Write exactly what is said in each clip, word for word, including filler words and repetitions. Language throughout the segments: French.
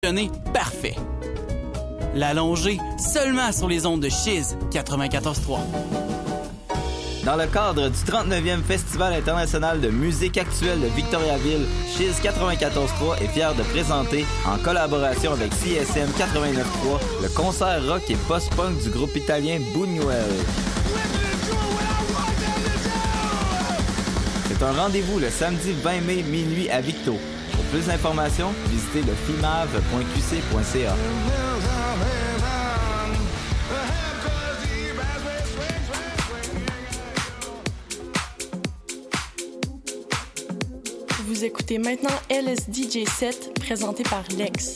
parfait. L'allonger seulement sur les ondes de Chiz quatre-vingt-quatorze trois. Dans le cadre du trente-neuvième Festival international de musique actuelle de Victoriaville, Chiz quatre-vingt-quatorze trois est fier de présenter, en collaboration avec C S M quatre-vingt-neuf trois, le concert rock et post-punk du groupe italien Buñuel. C'est un rendez-vous le samedi vingt mai minuit à Victo. Pour plus d'informations, visitez le fimav point q c point c a. Vous écoutez maintenant L S D J sept, présenté par Lex.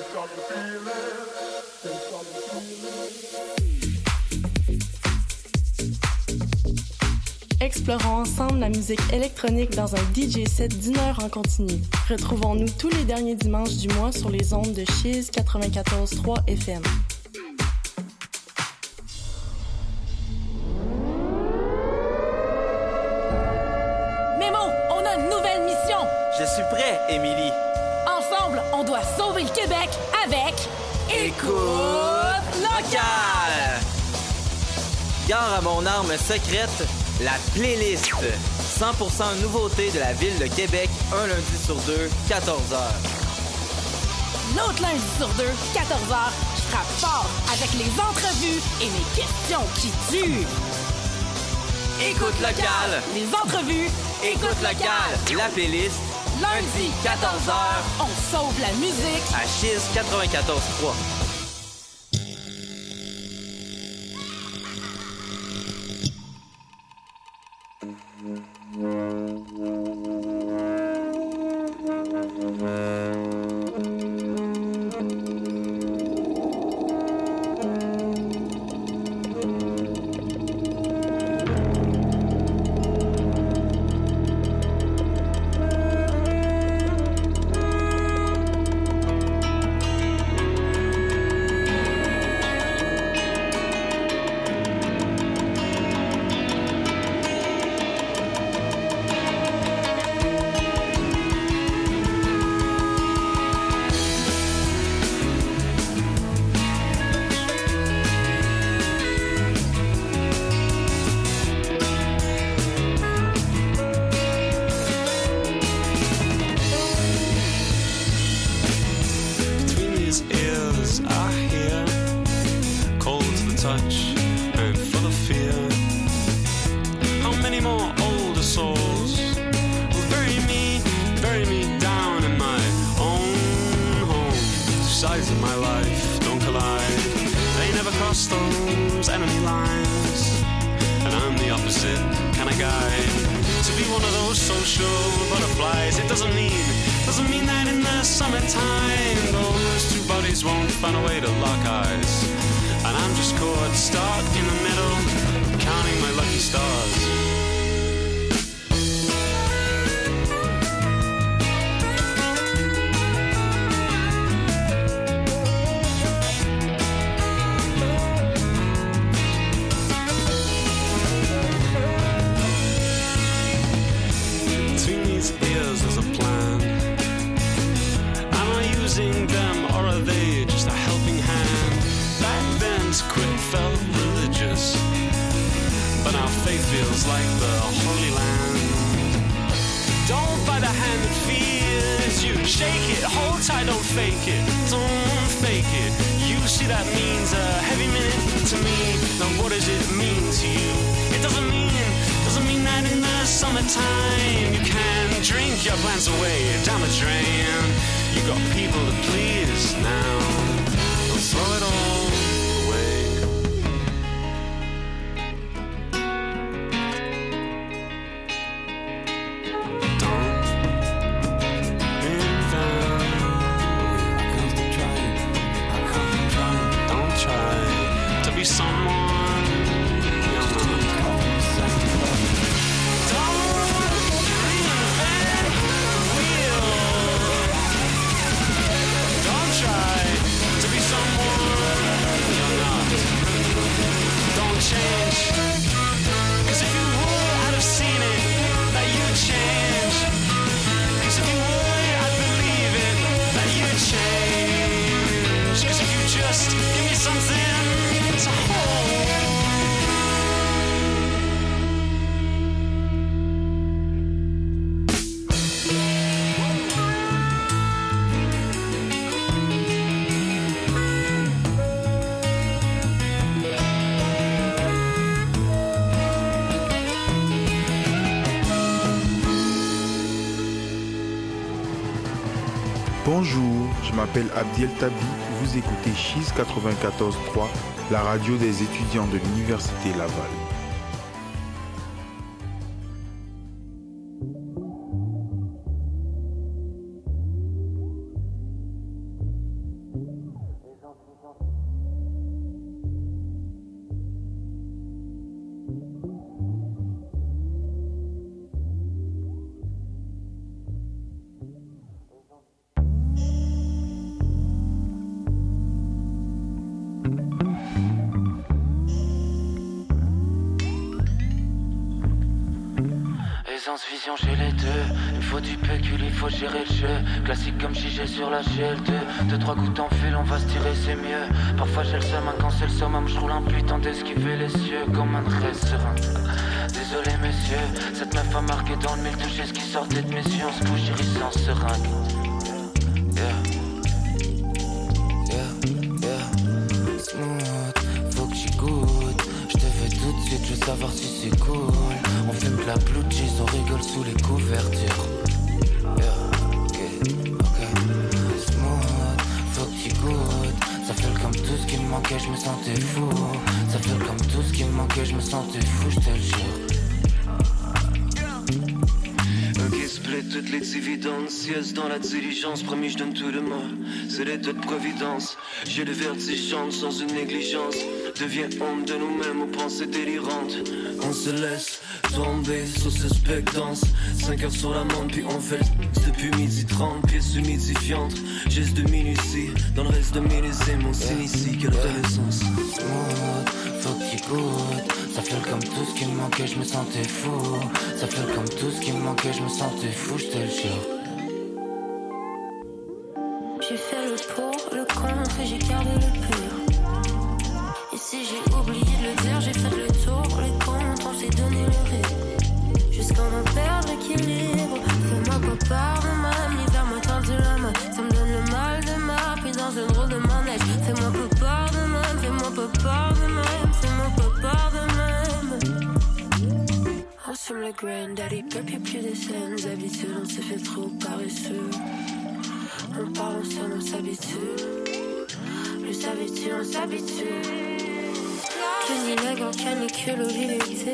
Explorons ensemble la musique électronique dans un D J set d'une heure en continu. Retrouvons-nous tous les derniers dimanches du mois sur les ondes de Chiz quatre-vingt-quatorze trois F M. Mémo, on a une nouvelle mission! Je suis prêt, Émilie. Ensemble, on doit sauver le Québec avec... Écoute locale! Gare à mon arme secrète, la playlist. cent pour cent nouveauté de la ville de Québec, un lundi sur deux, quatorze heures. L'autre lundi sur deux, quatorze heures, je frappe fort avec les entrevues et les questions qui tuent. Écoute locale. Les entrevues. Écoute locale. La playlist. Lundi, quatorze heures, on sauve la musique. À Chiz quatre-vingt-quatorze trois. Try m'appelle Abdiel Tabi, vous écoutez Chiz quatre-vingt-quatorze trois, la radio des étudiants de l'Université Laval. Vision chez les deux, il faut du pécule, il faut gérer le jeu. Classique comme si j'ai sur la G L deux. Deux, trois gouttes en fil, on va se tirer, c'est mieux. Parfois j'ai le seum, quand c'est le summum, je roule un pluie, tant d'esquiver les cieux comme un trait serein. Désolé messieurs, cette meuf a marqué dans le mille touché ce qui sortait de mes yeux. On se bouge, iris sans seringue. Yeah, yeah, yeah. Smooth, faut que j'y goûte. Je te fais tout de suite, je veux savoir si c'est cool. On fume que la blue cheese, on rigole sous les couvertures. Yeah, ok, ok. Smooth, faut que tu goûtes. Ça fait comme tout ce qui me manquait, je me sentais fou. Ça fait comme tout ce qui me manquait, je me sentais fou, je te le jure. Ok, split toutes les dividendes, sieste dans la diligence, promis je donne tout de moi, c'est l'état de providence. J'ai le vertige sans une négligence, devient honte de nous-mêmes aux pensées délirantes. On se laisse tomber sous suspectance, cinq heures sur la montre puis on fait le depuis midi trente, pièces humidifiantes, geste de minutie, dans le reste de millésime on s'initie que l'adolescence. Smooth, faut que tu goûtes. Ça fait comme tout ce qui me manquait, je me sentais fou. Ça fait comme tout ce qui me manquait, je me sentais fou, je te le jure. J'ai fait le pour, le contre et j'ai gardé le pur. Et si j'ai oublié de le dire, j'ai fait le tour, les contre, on s'est donné le rythme. Jusqu'à en perdre l'équilibre. Fais-moi pas part de ma l'hiver m'a tendu la main. Ça me donne le mal de ma puis dans un drôle de manège. Fais-moi pas part de même, fais-moi pas part de même, fais-moi pas part de même. On fume le granddaddy, peuple plus de saines habitudes, on se fait trop paresseux. On parle, on s'en, on s'habitue. Le savais-tu, on s'habitue. Canicule en canicule au l'été.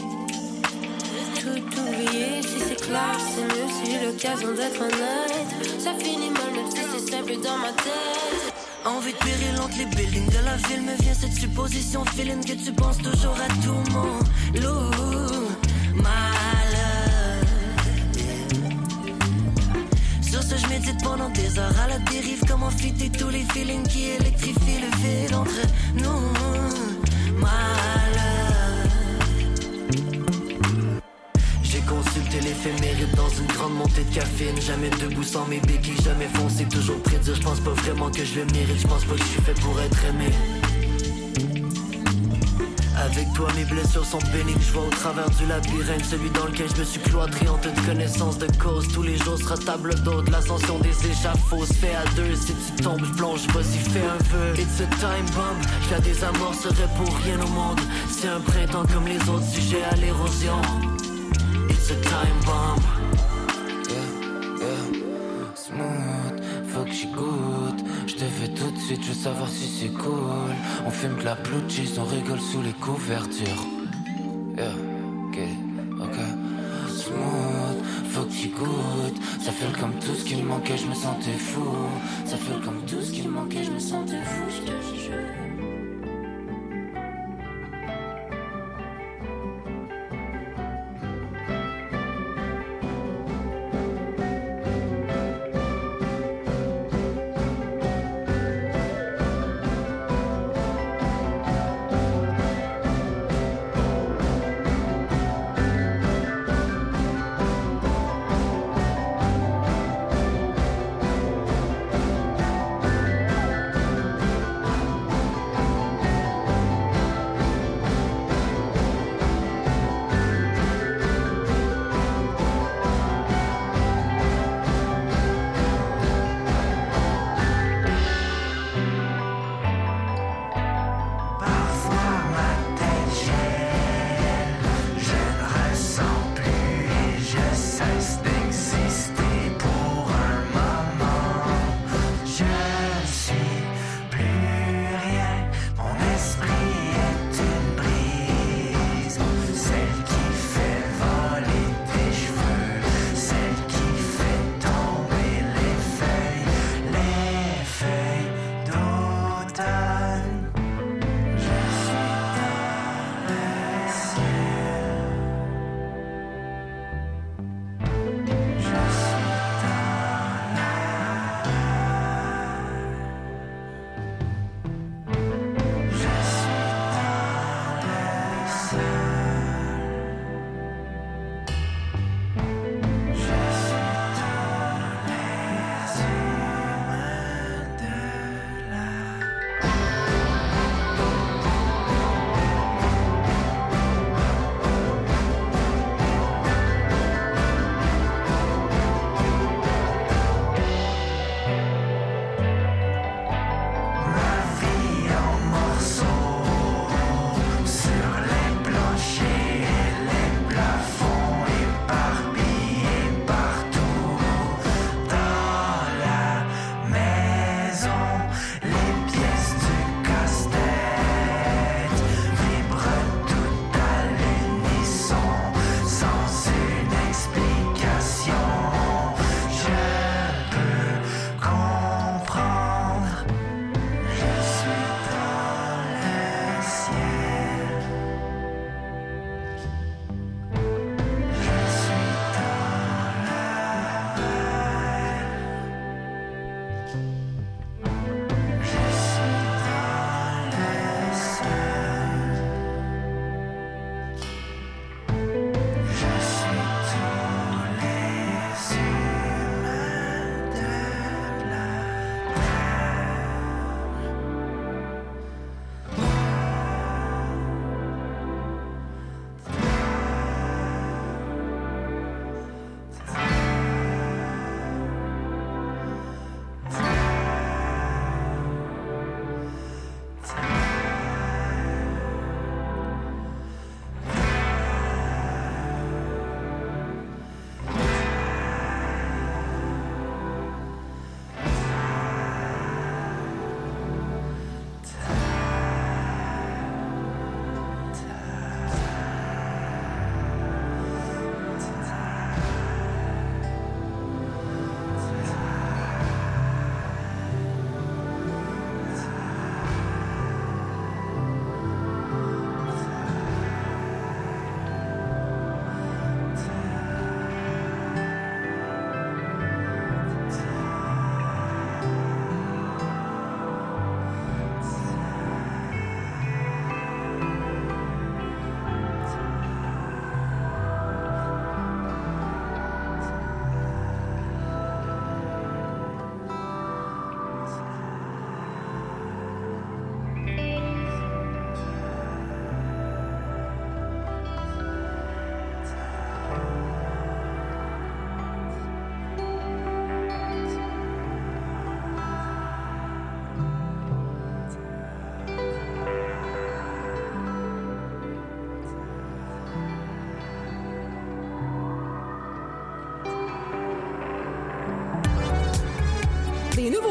Tout oublier, si c'est clair, c'est mieux, si j'ai l'occasion d'être honnête. Ça finit mal, même si c'est simple dans ma tête. Envie de péril entre les buildings de la ville, me vient cette supposition, feeling que tu penses toujours à tout mon loup, malheur. Sur ce, je médite pendant des heures à la dérive, comment fitter tous les feelings qui électrifient le vide entre nous, malheur. J'ai consulté l'éphéméride dans une grande montée de caféine. Jamais debout sans mes béquilles, jamais foncé, toujours près de dire. Je pense pas vraiment que je le mérite, je pense pas que je suis fait pour être aimé. Avec toi mes blessures sont bénignes, je vois au travers du labyrinthe, celui dans lequel je me suis cloîtré en toute connaissance de cause. Tous les jours sera table d'hôte, l'ascension des échafauds se fait à deux. Si tu tombes, je plonge, vas-y fais un vœu. It's a time bomb, je la désamorcerai pour rien au monde. C'est un printemps comme les autres, sujet à l'érosion. It's a time bomb. Yeah, yeah, smooth, faut que j'y goûte. Je te fais tout de suite, je veux savoir si c'est cool. On fume de la blue cheese, on rigole sous les couvertures. Yeah, ok, ok. Smooth, faut que j'y goûte. Ça fait comme tout ce qui me manquait, je me sentais fou. Ça fait comme tout ce qui me manquait, je me sentais fou, je te jure.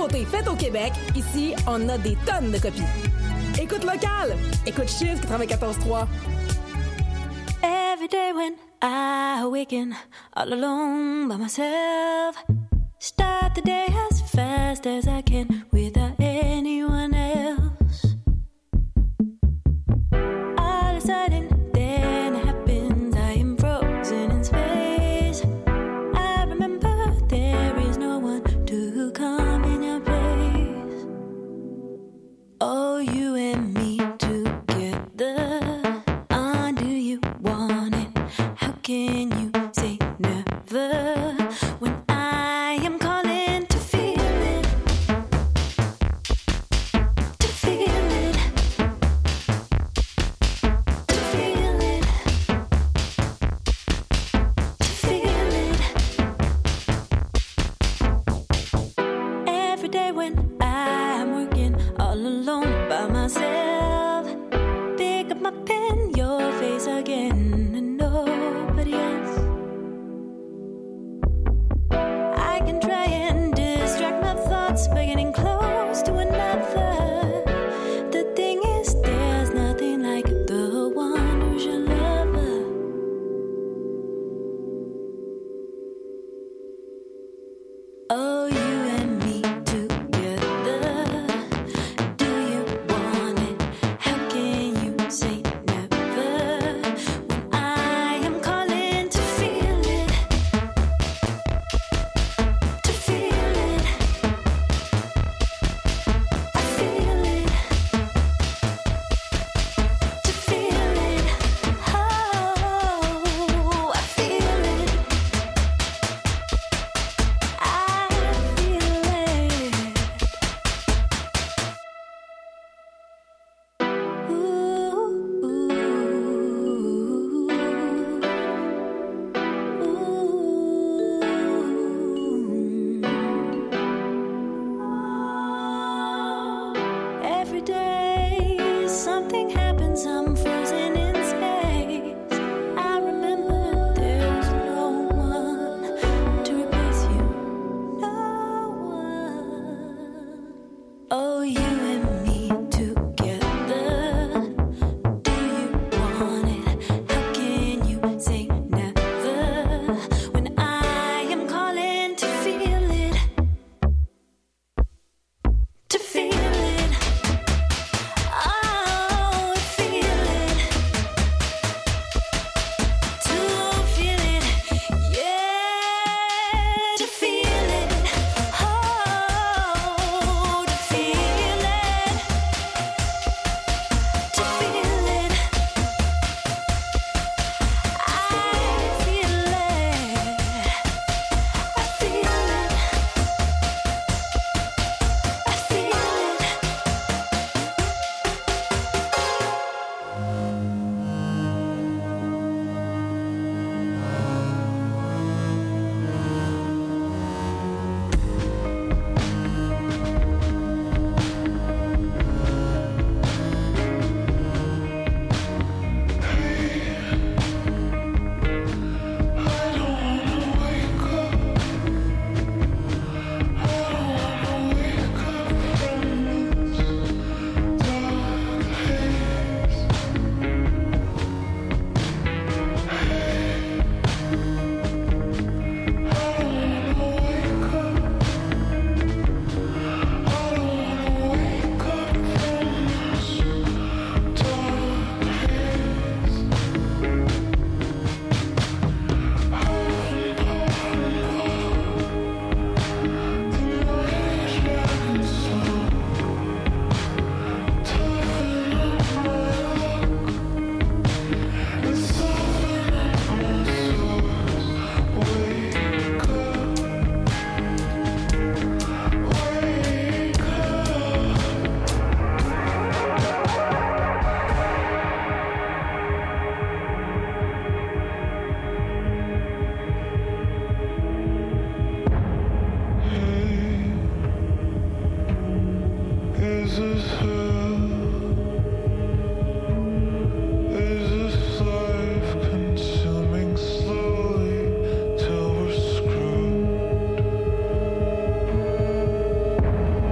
nouveauté faite au Québec, ici, on a des tonnes de copies. Écoute local! Écoute Chiz quatre-vingt-quatorze trois. Every day when I awaken all alone by myself, start the day as fast as I can without anyone else. All of a sudden, then it happens, I am frozen in space. I remember there is no one to come in your place. Oh, you and me together. Uh, do you want it? How can you say never when I am calling to feel it? To feel it. To feel it. To feel it. Every day when I'm working all alone by myself, pick up my pen, your face again, and nobody else. I can try and distract my thoughts by getting close to another. The thing is, there's nothing like the one who's your lover. Oh, you and me together. Do you want it? How can you say never when I am calling to feel it? To feel it. I feel it. To feel it. Oh, I feel it. I feel it. Every day something happens, I'm frozen in space. I remember there's no one to replace you. No one. Oh, you and me together. Do you want it? How can you say never when I am calling to feel it? To feel it. Oh, feel it. To feel it. Yeah. To feel it. Oh, to feel it. To feel it. I feel it. I feel it. I feel it. Is this hell? Is this life consuming slowly till we're screwed?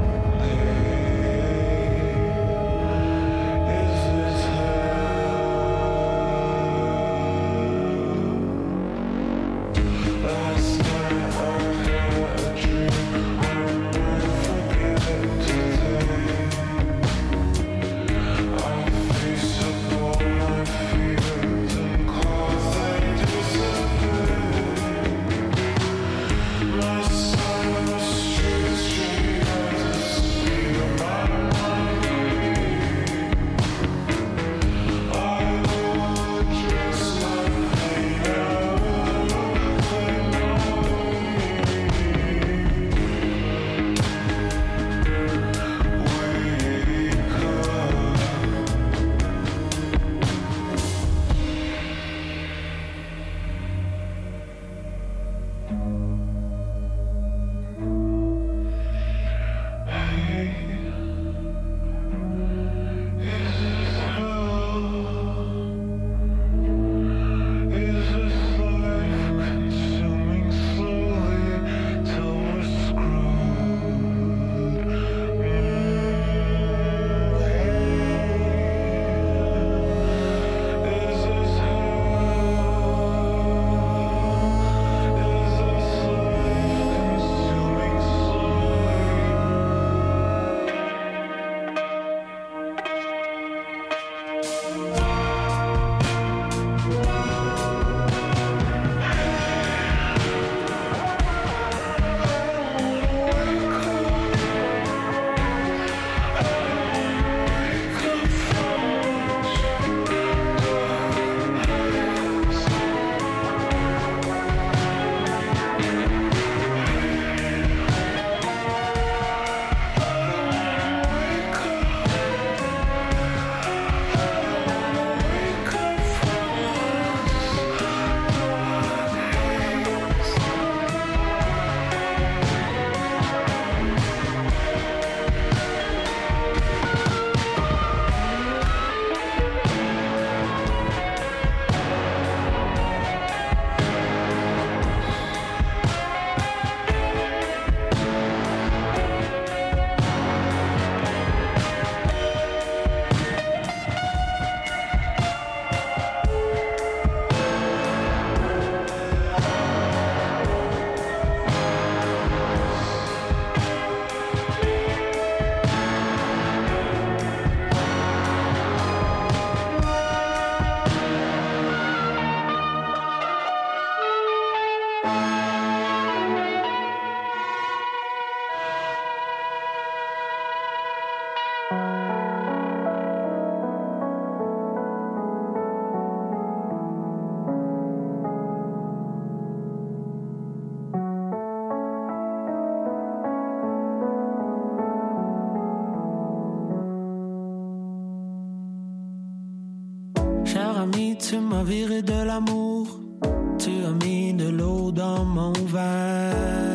Cher ami, tu m'as viré de l'amour. Tu as mis de l'eau dans mon vin.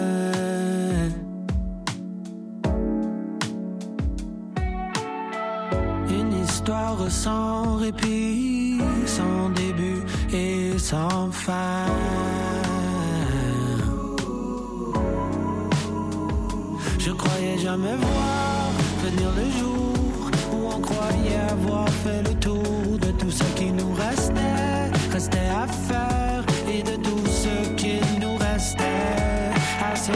Une histoire sans répit, sans début et sans fin. Je croyais jamais voir venir le jour où on croyait avoir fait le tour de tout ce qui nous restait, restait à faire, et de tout ce qu'il nous restait à se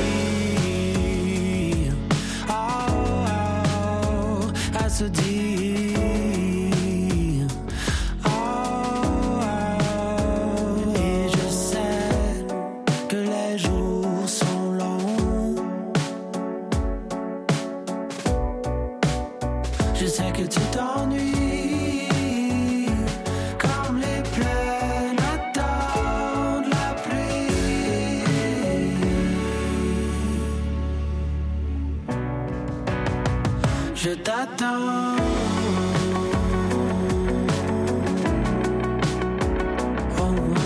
dire, oh, oh, à se dire, oh, oh, et je sais que les jours sont longs, je sais que tu t'ennuies. Je t'attends. Oh, oh,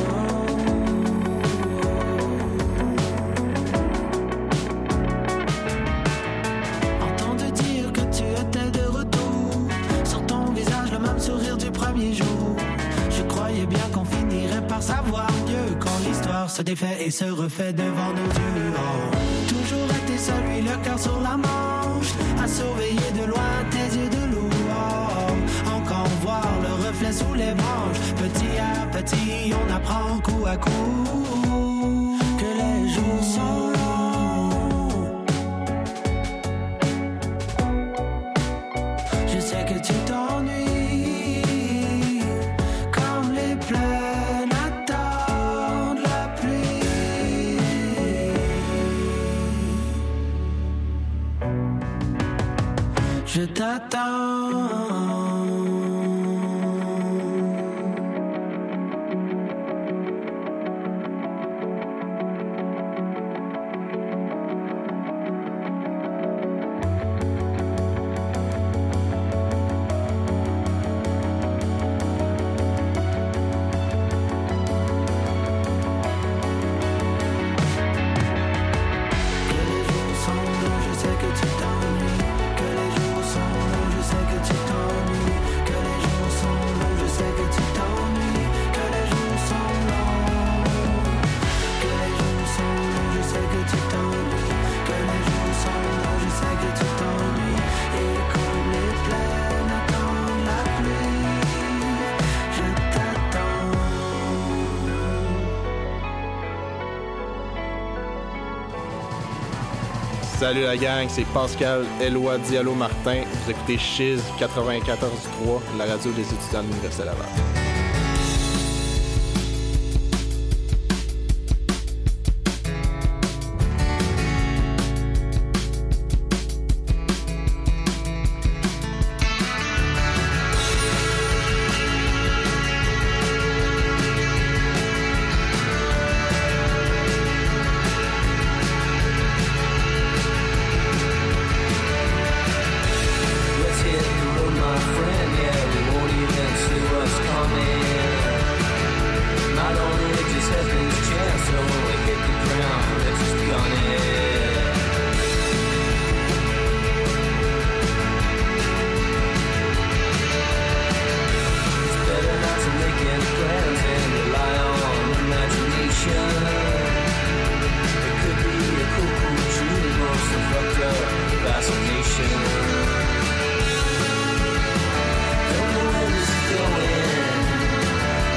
oh. Entendu dire que tu étais de retour, sur ton visage le même sourire du premier jour. Je croyais bien qu'on finirait par savoir mieux quand l'histoire se défait et se refait devant nos yeux. Oh. Toujours été celui, le cœur sur la manche, à surveiller de loin tes yeux de loup. Oh, encore voir le reflet sous les branches. Petit à petit, on apprend coup à coup que les jours sont longs. Je sais que tu t'ennuies, comme les plaines attendent la pluie. Je t'attends. Salut la gang, c'est Pascal Éloi Diallo Martin. Vous écoutez Chiz quatre-vingt-quatorze trois, la radio des étudiants de l'Université Laval.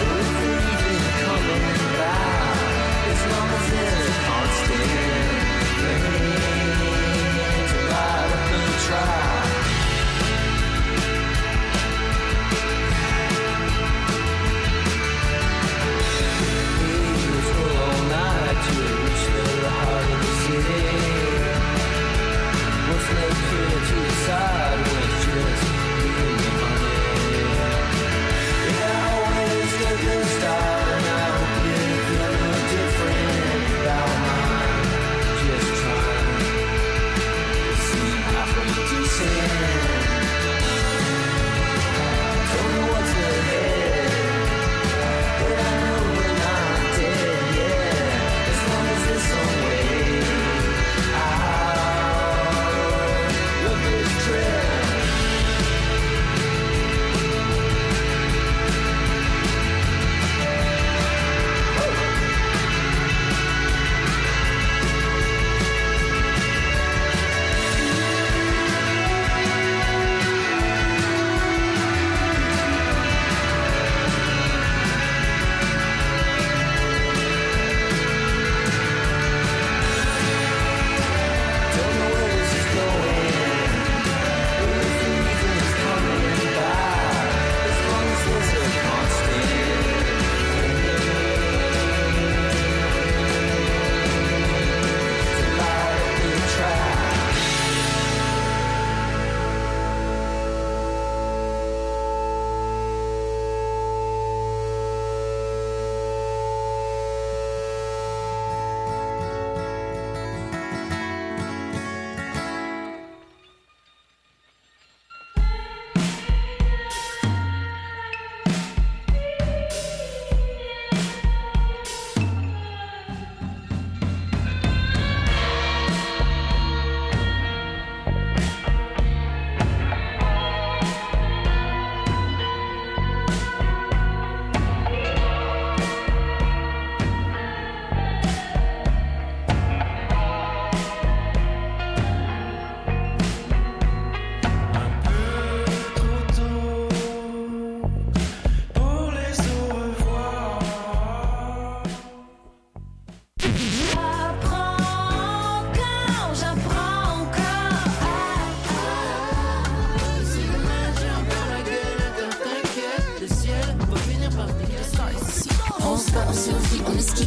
It's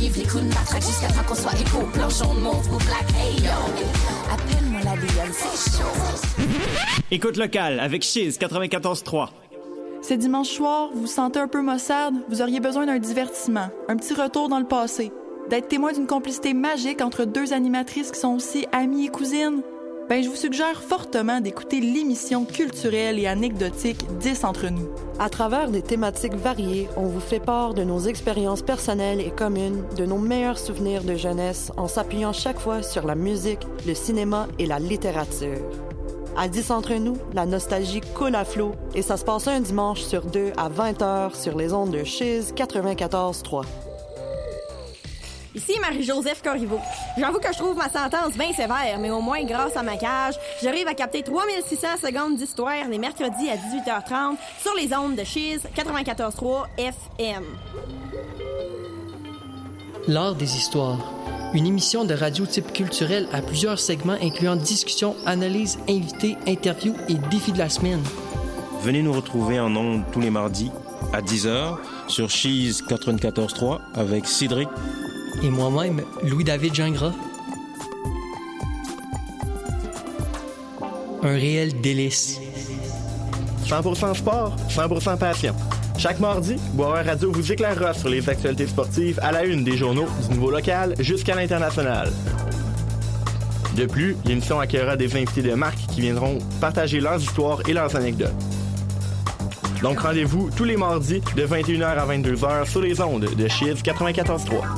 suivre les coups de matraque jusqu'à temps qu'on soit égaux. Blanc, jaune, mauve ou black, hey yo. Appelle-moi la Lionne, c'est chaud. Écoute locale avec Chiz quatre-vingt-quatorze trois. C'est dimanche soir, vous vous sentez un peu maussade, vous auriez besoin d'un divertissement, un petit retour dans le passé, d'être témoin d'une complicité magique entre deux animatrices qui sont aussi amies et cousines. Ben, je vous suggère fortement d'écouter l'émission culturelle et anecdotique dix entre nous. À travers des thématiques variées, on vous fait part de nos expériences personnelles et communes, de nos meilleurs souvenirs de jeunesse, en s'appuyant chaque fois sur la musique, le cinéma et la littérature. À dix entre nous, la nostalgie coule à flot et ça se passe un dimanche sur deux à vingt heures sur les ondes de Chiz quatre-vingt-quatorze trois. Ici Marie-Joseph Corriveau. J'avoue que je trouve ma sentence bien sévère, mais au moins, grâce à ma cage, j'arrive à capter trois mille six cents secondes d'histoire les mercredis à dix-huit heures trente sur les ondes de Chiz quatre-vingt-quatorze trois F M. L'art des histoires. Une émission de radio type culturel à plusieurs segments incluant discussions, analyses, invités, interviews et défis de la semaine. Venez nous retrouver en ondes tous les mardis à dix heures sur Chiz quatre-vingt-quatorze trois avec Cédric et moi-même, Louis-David Gingras. Un réel délice. cent pour cent sport, cent pour cent passion. Chaque mardi, Boisvert Radio vous éclairera sur les actualités sportives à la une des journaux du niveau local jusqu'à l'international. De plus, l'émission accueillera des invités de marque qui viendront partager leurs histoires et leurs anecdotes. Donc rendez-vous tous les mardis de vingt et une heures à vingt-deux heures sur les ondes de Chiz quatre-vingt-quatorze trois.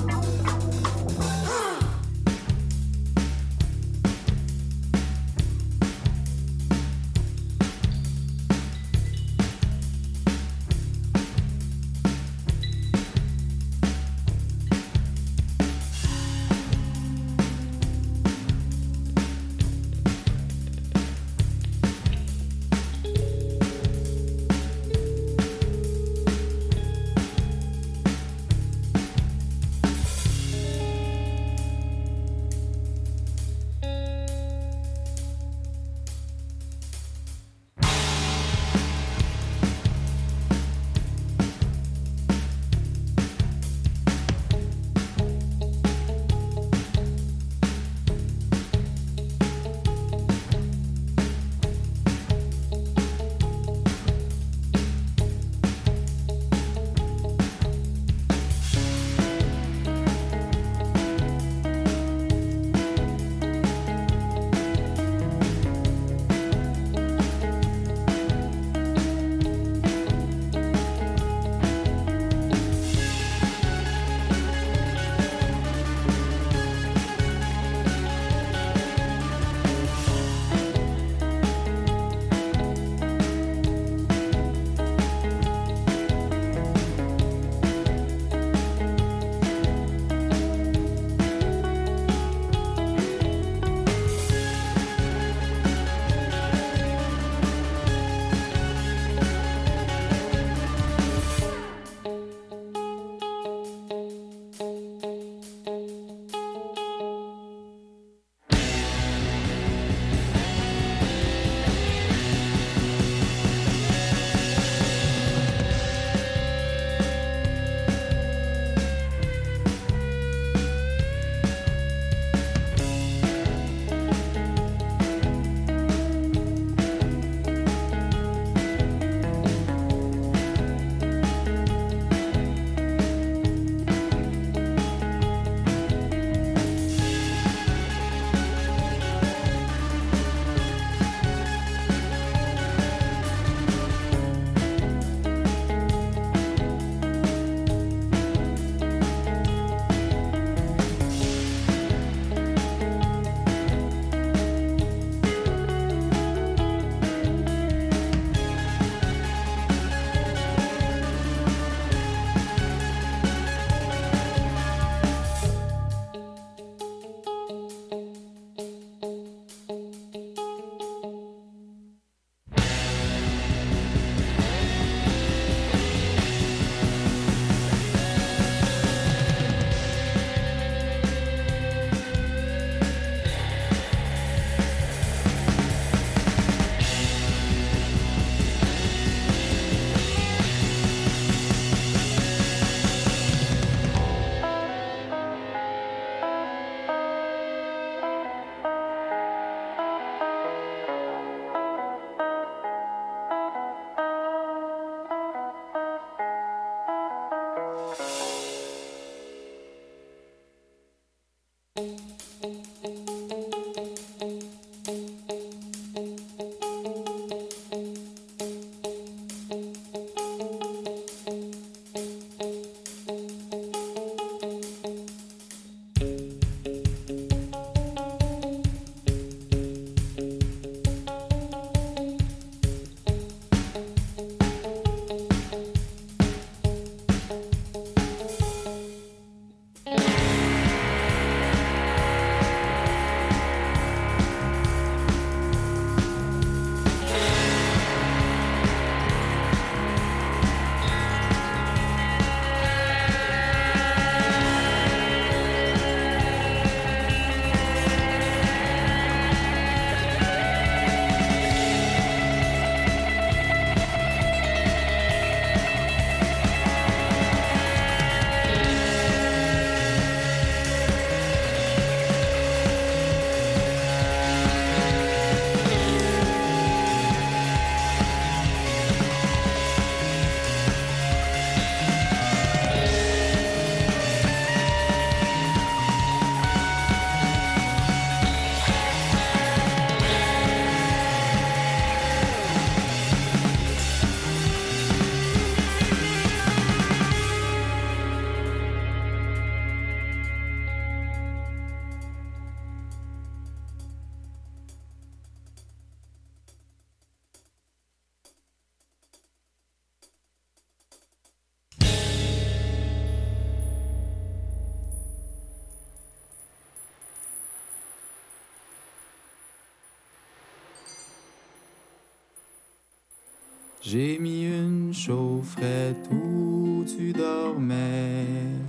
J'ai mis une chaufferette où tu dormais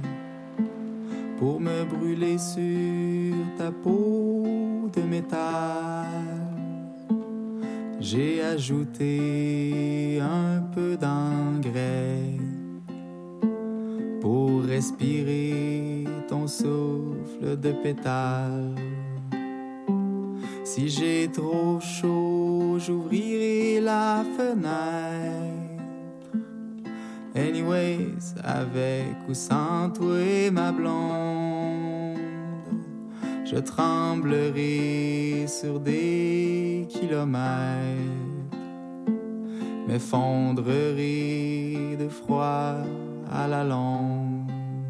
pour me brûler sur ta peau de métal. J'ai ajouté un peu d'engrais pour respirer ton souffle de pétale. Si j'ai trop chaud, j'ouvrirai la fenêtre. Anyways, avec ou sans toi et ma blonde, je tremblerai sur des kilomètres, m'effondrerai de froid à la longue.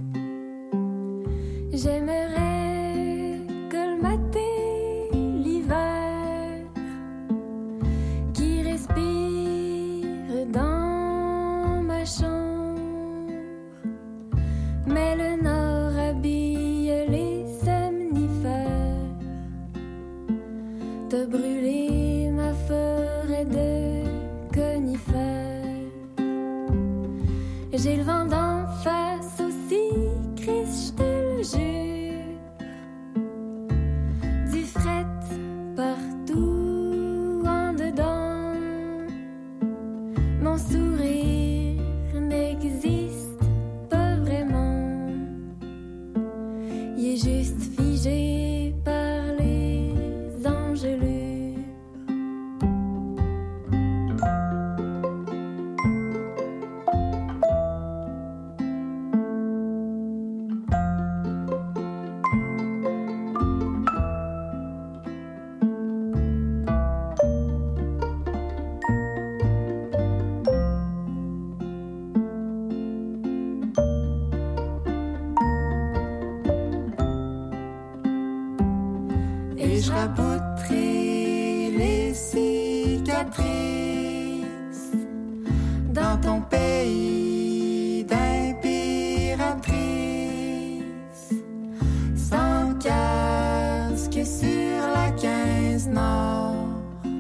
J'aimerais colmater l'hiver qui respire dans ma chambre, mais le nord habille les somnifères. T'as brûlé ma forêt de conifères. J'ai le vent d'en face aussi, Chris, j'te le jure. Du fret partout en dedans. Mon sourire n'existe pas vraiment. Il est juste figé par les engelures. Et je rabouterai les cicatrices dans ton pays d'impératrice, sans casque sur la quinze Nord,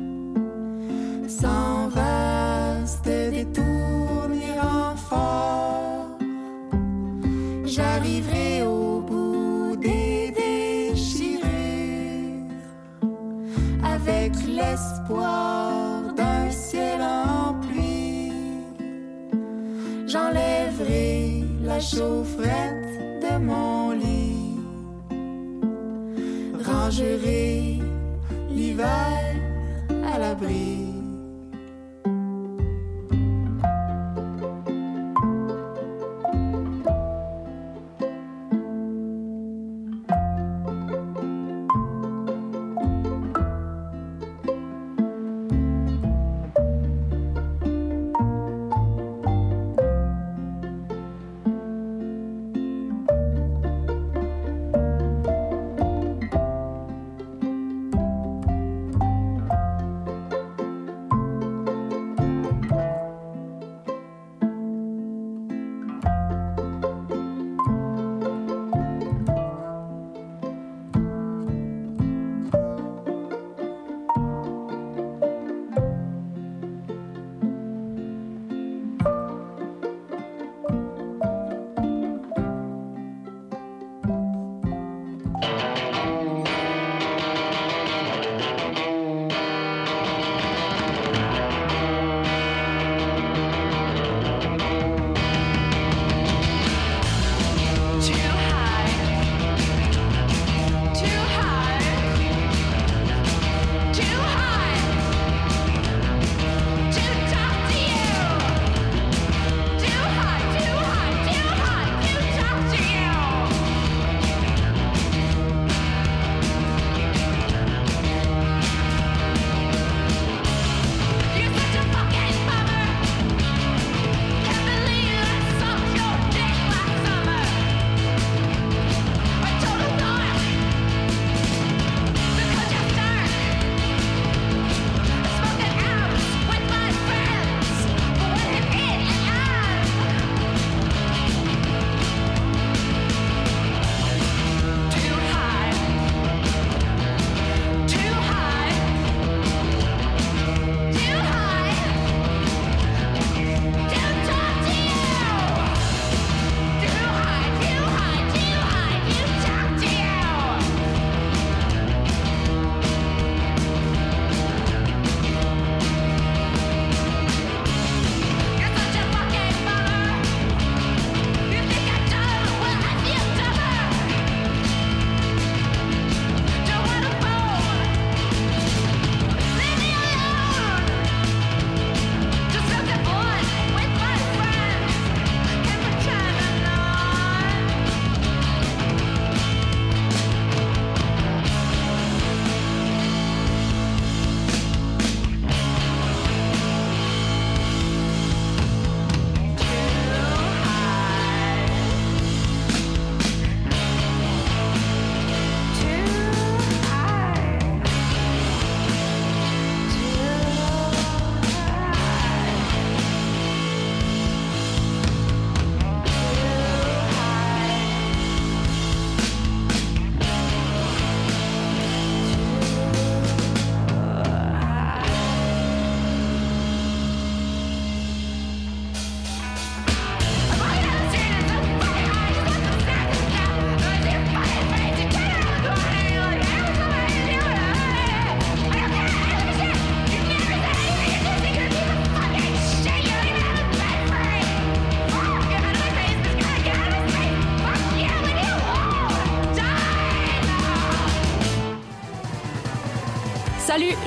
sans vaste détour ni renfort. J'arriverai au bout des déchirures avec l'espoir d'un ciel en pluie. J'enlèverai la chaufferette de mon lit, rangerai l'hiver à l'abri.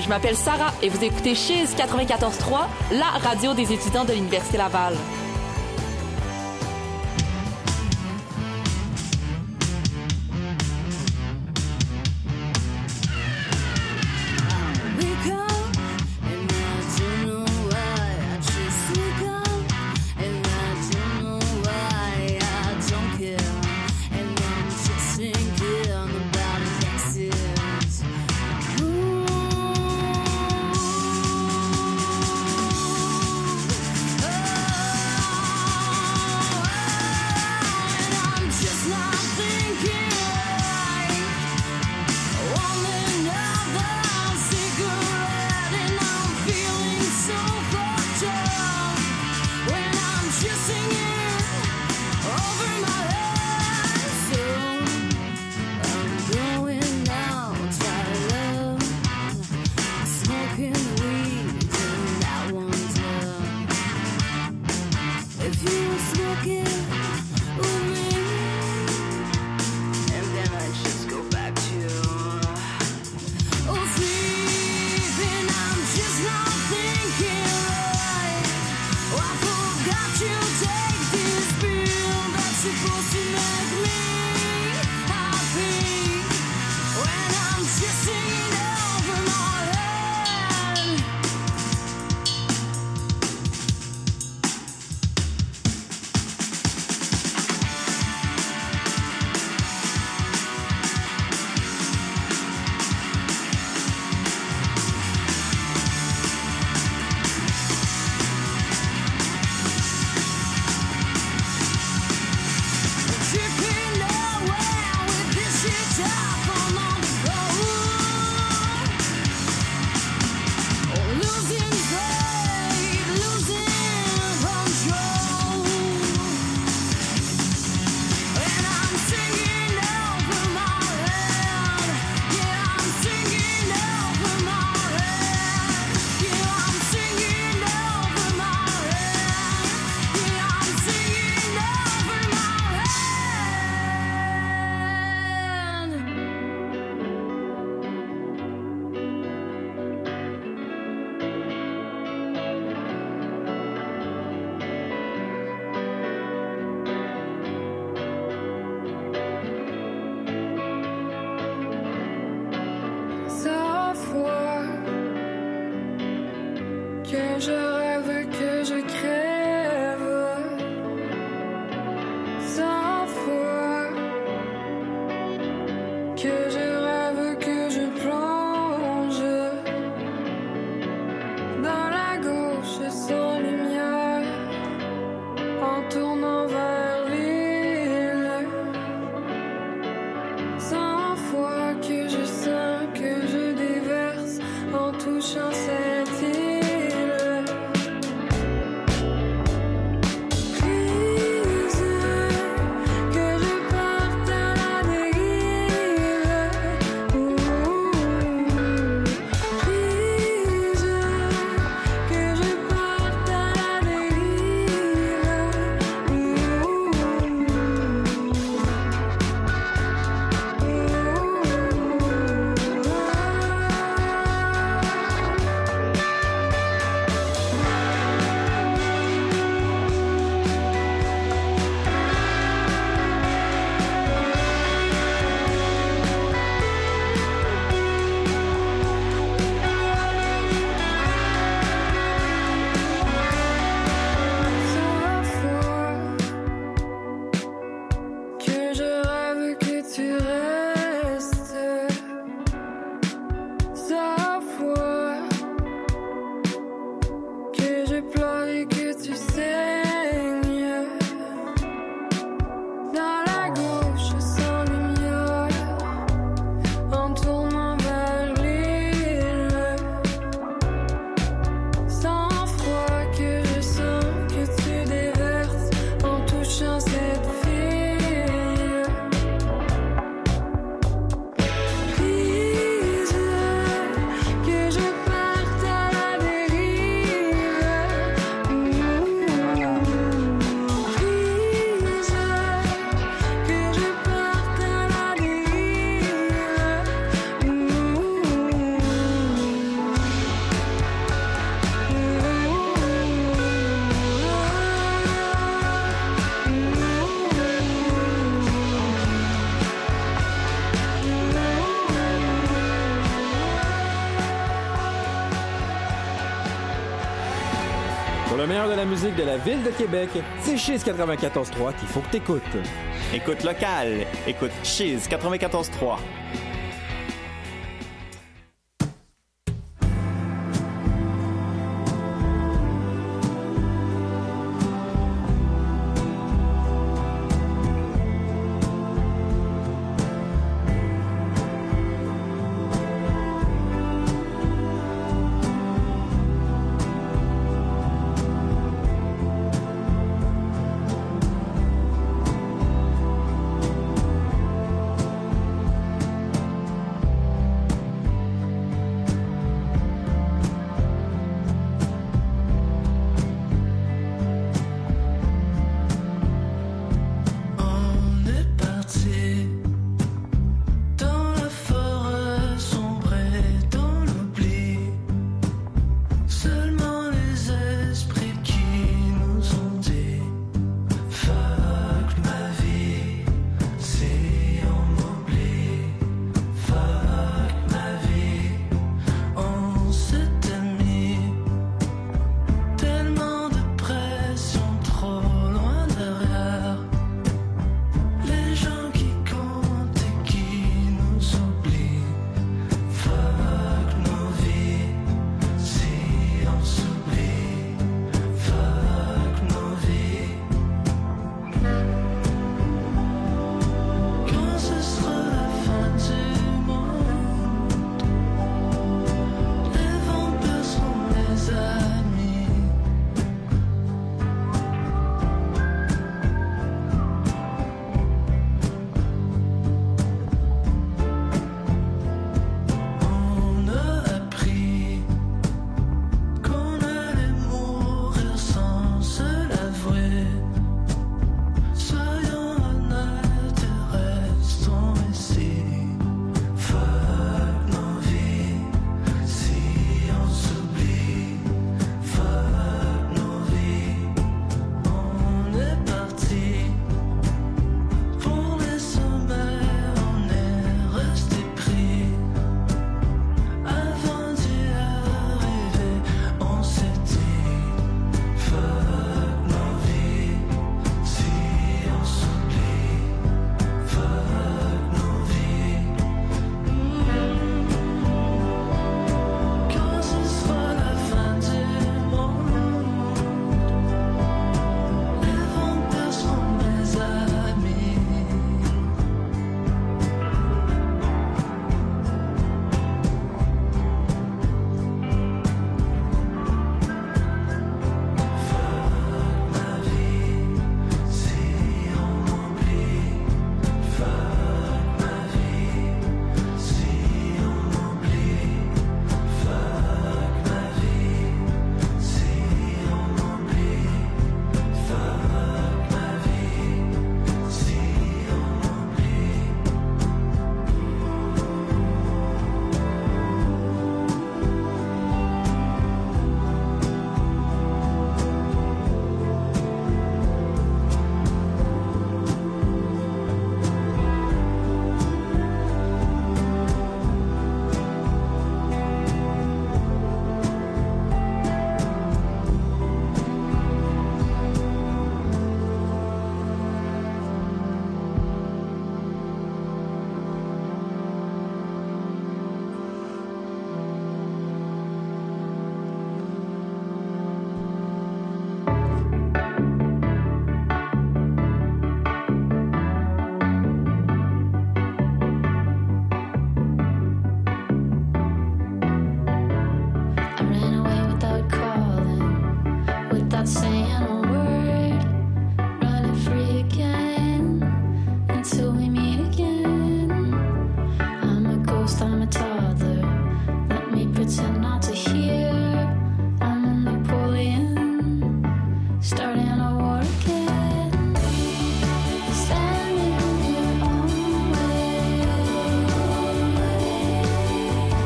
je m'appelle Sarah et vous écoutez Chiz quatre-vingt-quatorze trois, la radio des étudiants de l'Université Laval. Pour le meilleur de la musique de la ville de Québec, c'est Chiz quatre-vingt-quatorze trois qu'il faut que t'écoutes. Écoute local, écoute Chiz quatre-vingt-quatorze trois.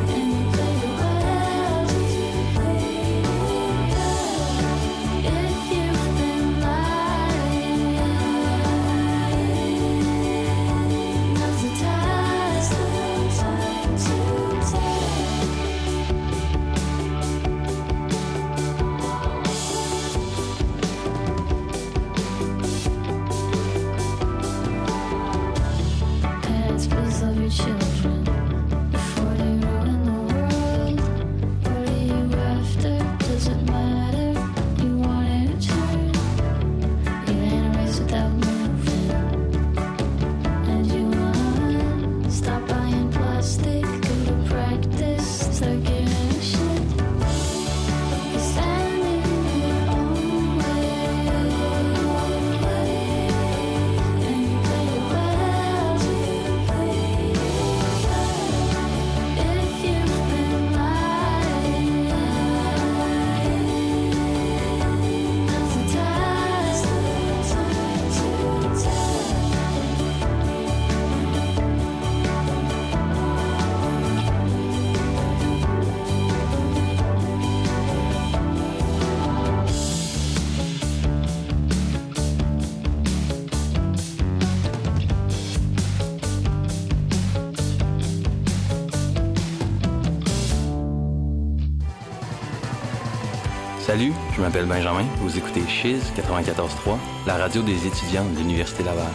If Salut, je m'appelle Benjamin. Vous écoutez Chiz quatre-vingt-quatorze trois, la radio des étudiants de l'Université Laval.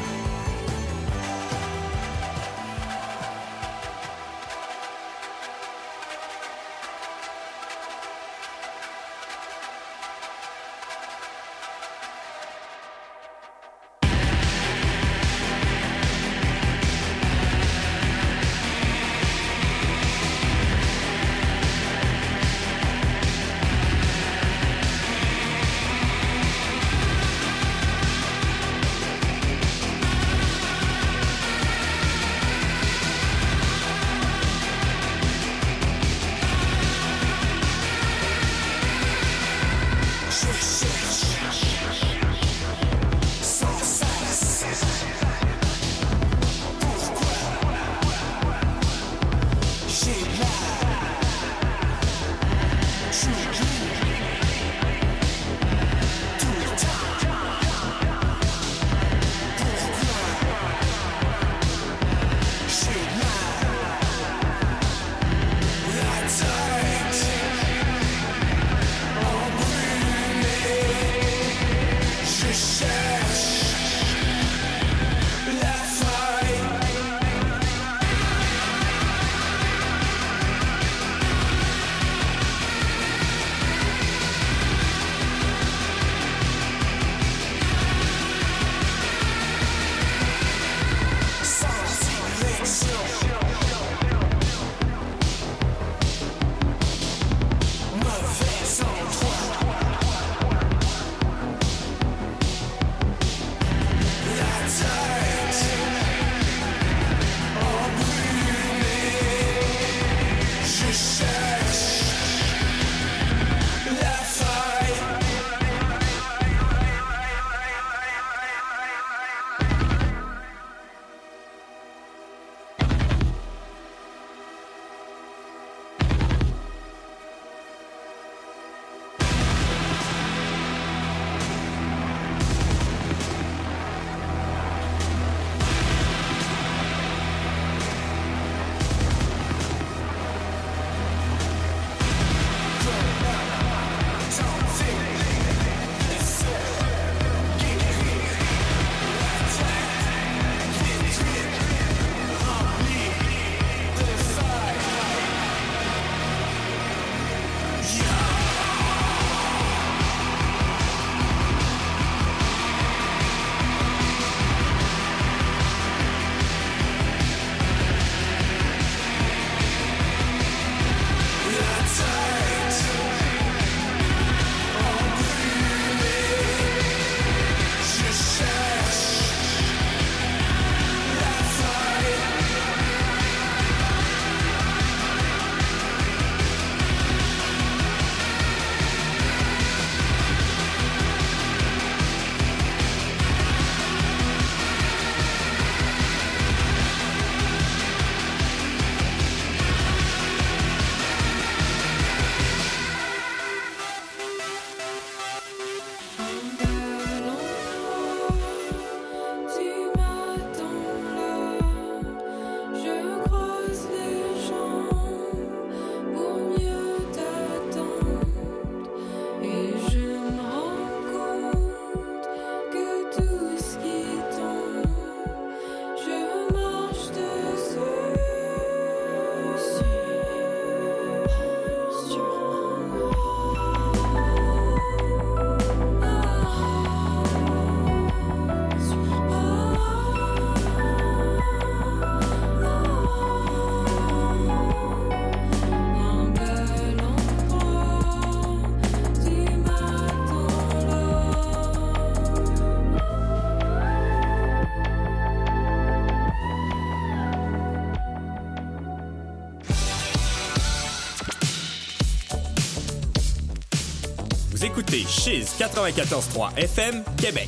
Vous écoutez Chiz quatre-vingt-quatorze trois F M, Québec.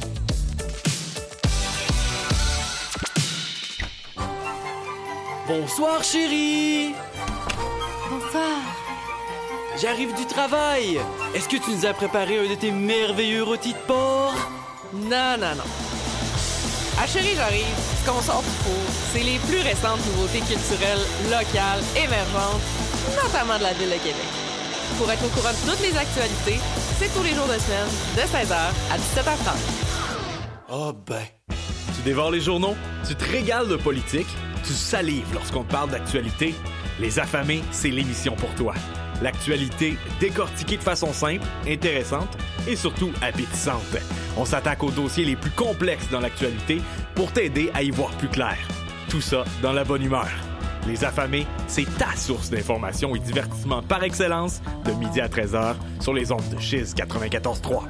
Bonsoir, chérie! Bonsoir. J'arrive du travail. Est-ce que tu nous as préparé un de tes merveilleux rôtis de porc? Non, non, non. Ah, chérie, j'arrive. Ce qu'on sort du four, c'est les plus récentes nouveautés culturelles, locales, émergentes, notamment de la Ville de Québec. Pour être au courant de toutes les actualités, C'est tous les jours de semaine, de seize heures à dix-sept heures trente. Ah oh ben. Tu dévores les journaux, tu te régales de politique, tu salives lorsqu'on te parle d'actualité. Les Affamés, c'est l'émission pour toi. L'actualité décortiquée de façon simple, intéressante et surtout appétissante. On s'attaque aux dossiers les plus complexes dans l'actualité pour t'aider à y voir plus clair. Tout ça dans la bonne humeur. Les Affamés, c'est ta source d'information et divertissement par excellence de midi à treize heures sur les ondes de Chiz quatre-vingt-quatorze trois.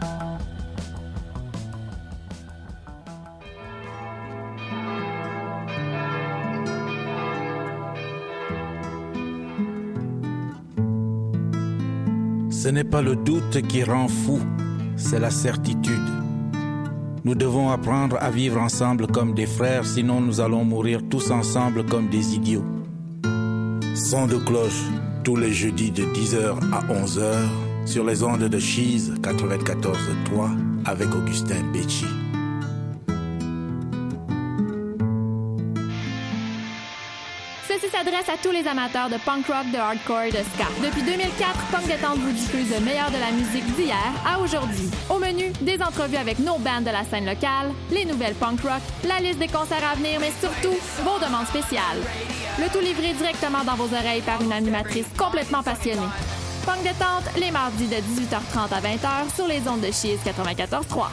Ce n'est pas le doute qui rend fou, c'est la certitude. Nous devons apprendre à vivre ensemble comme des frères, sinon nous allons mourir tous ensemble comme des idiots. Son de cloche, tous les jeudis de dix heures à onze heures, sur les ondes de Chiz quatre-vingt-quatorze trois avec Augustin Becci. Ceci s'adresse à tous les amateurs de punk rock, de hardcore et de ska. Depuis deux mille quatre, Punk Détente vous diffuse le meilleur de la musique d'hier à aujourd'hui. Au menu, des entrevues avec nos bands de la scène locale, les nouvelles punk rock, la liste des concerts à venir, mais surtout, vos demandes spéciales. Le tout livré directement dans vos oreilles par une animatrice complètement passionnée. Punk Détente, les mardis de dix-huit heures trente à vingt heures sur les ondes de Chiz quatre-vingt-quatorze trois.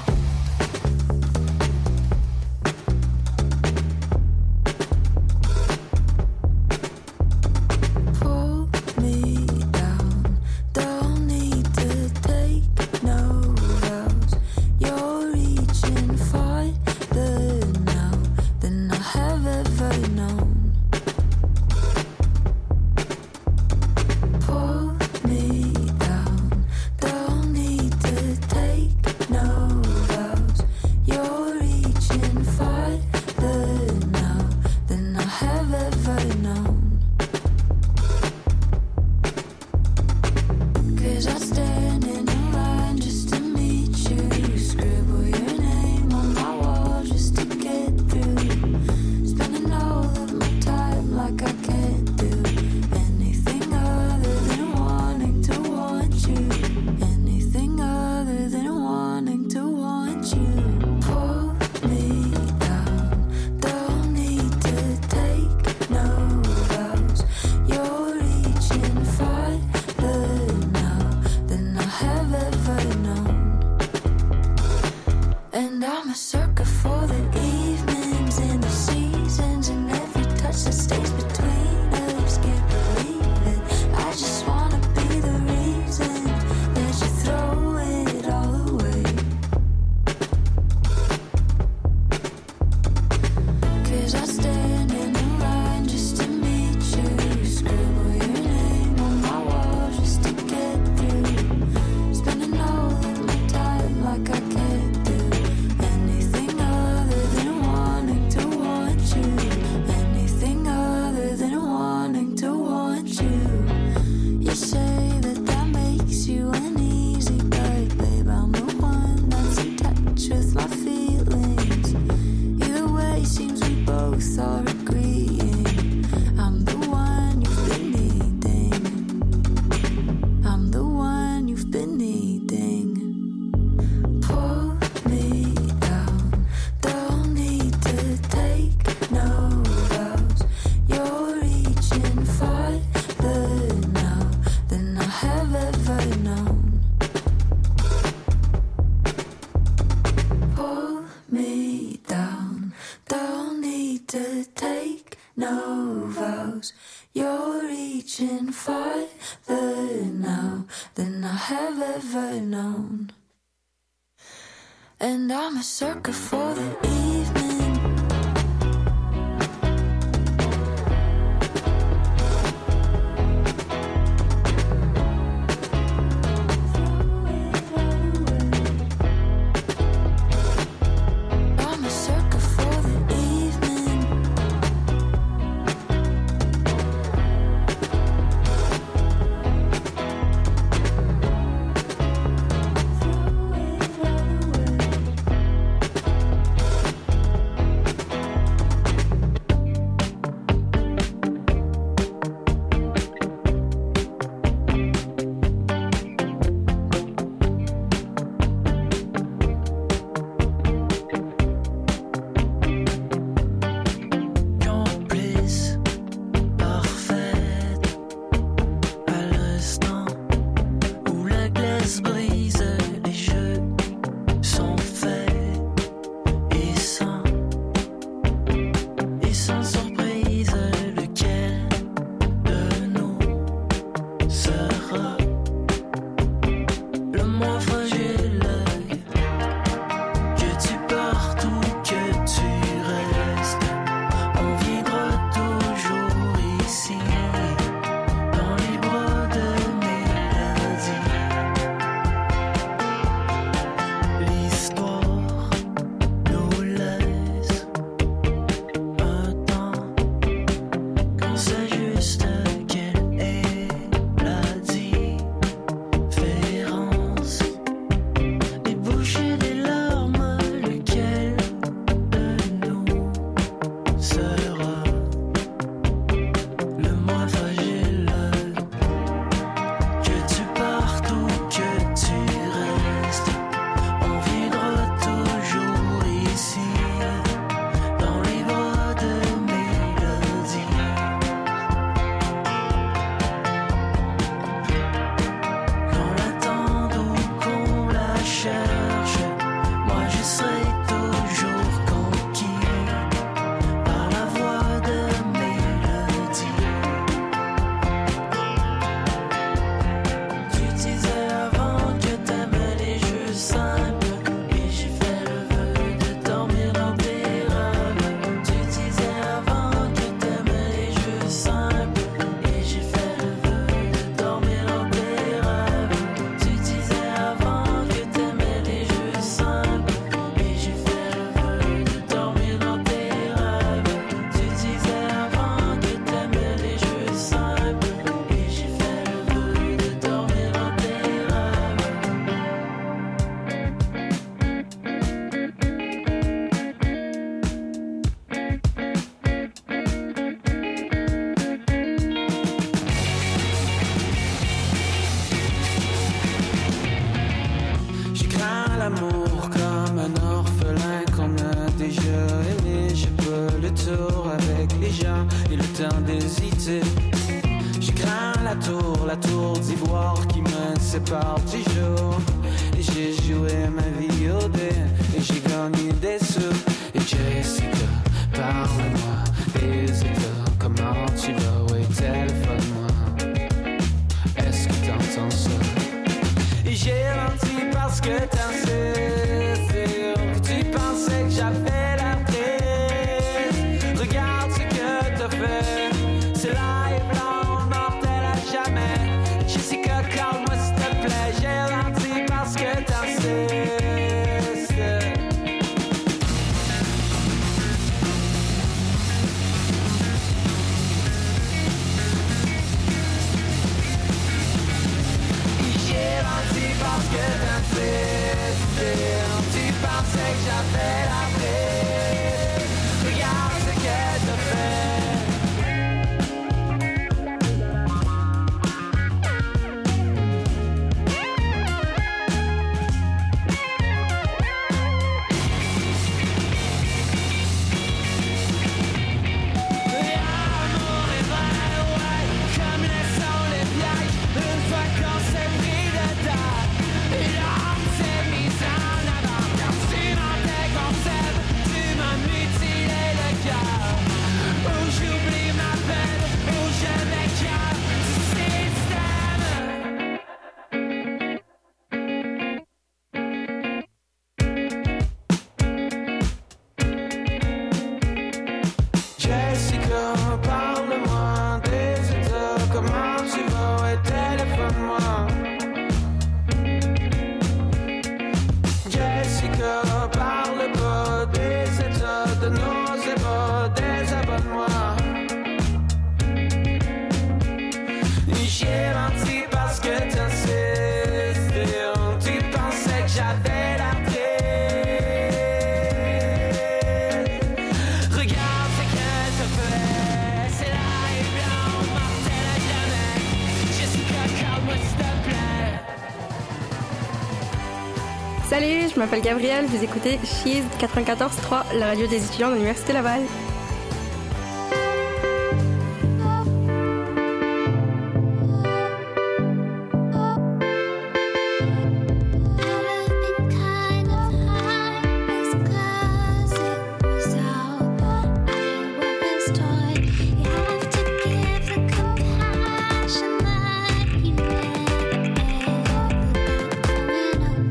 And I'm a sucker for the evening. I'm a sucker for the evening. l'amour comme un orphelin qu'on a déjà aimé. Je peux le tour avec les gens et le temps d'hésiter. Je crains la tour, la tour d'ivoire qui me sépare du jour. Et j'ai joué ma vie au dé et j'ai gagné des sous. Et Jessica, parle-moi des états. Comment tu vas? Oui, téléphone-moi. Est-ce que t'entends ça? Et j'ai menti parce que t'insistes. Tu pensais que j'avais la triste. Regarde ce que t'as fait. C'est live, blonde, mortel à jamais. Jessica, calme-moi s'il te plaît. J'ai menti parce que t'insistes. Parce que t'insistes, tu pensais que j'avais la paix. Regarde ce que t'as fait. L'amour est vrai, ouais, comme le sont les pièges. Une fois qu'on s'est pris de tête. L'homme s'est mis en avant. Quand tu mentais qu'on s'aime, tu m'as mutilé le cœur. Où j'oublie ma peine, où je m'écarte du système. Jessica, parle-moi des états. Comment tu vas? Ouais, téléphone-moi. Jessica, parle pas des états de nos ébats, désabonne-moi. J'ai menti parce que t'insistes. Tu pensais que j'avais la tête. Regarde ce que t'as fait. C'est live, blonde, mortel à jamais. Jessica, calme-moi s'il te plaît. Salut, je m'appelle Gabrielle, vous écoutez Cheese quatre-vingt-quatorze trois, la radio des étudiants de l'Université Laval.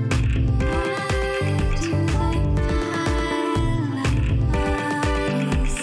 Bodies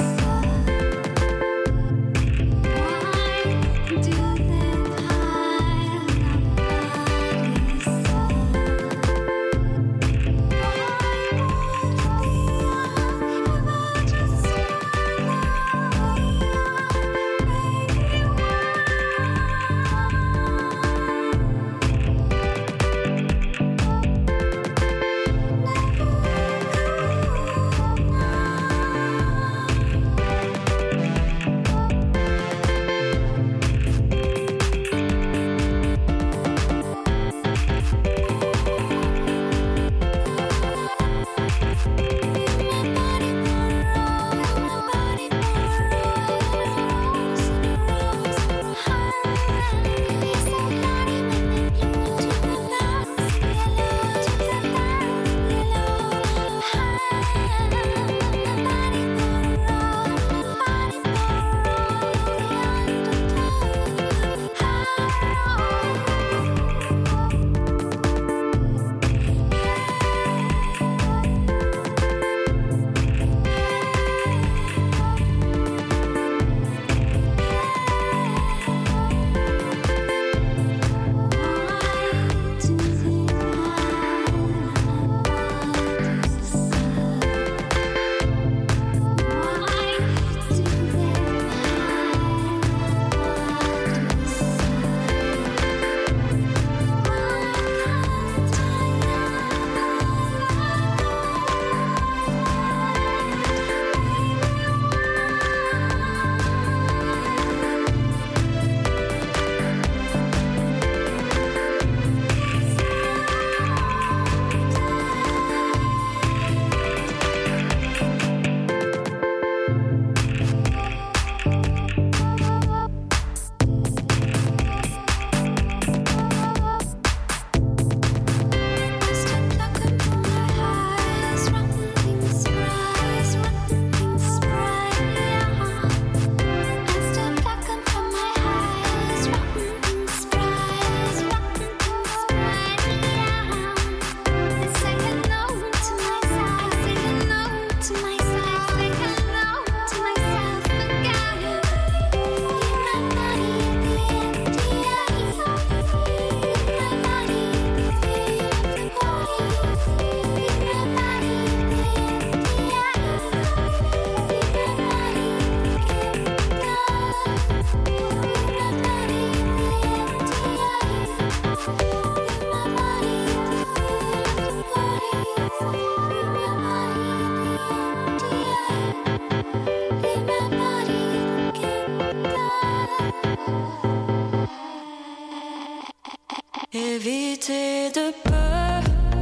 Éviter de peu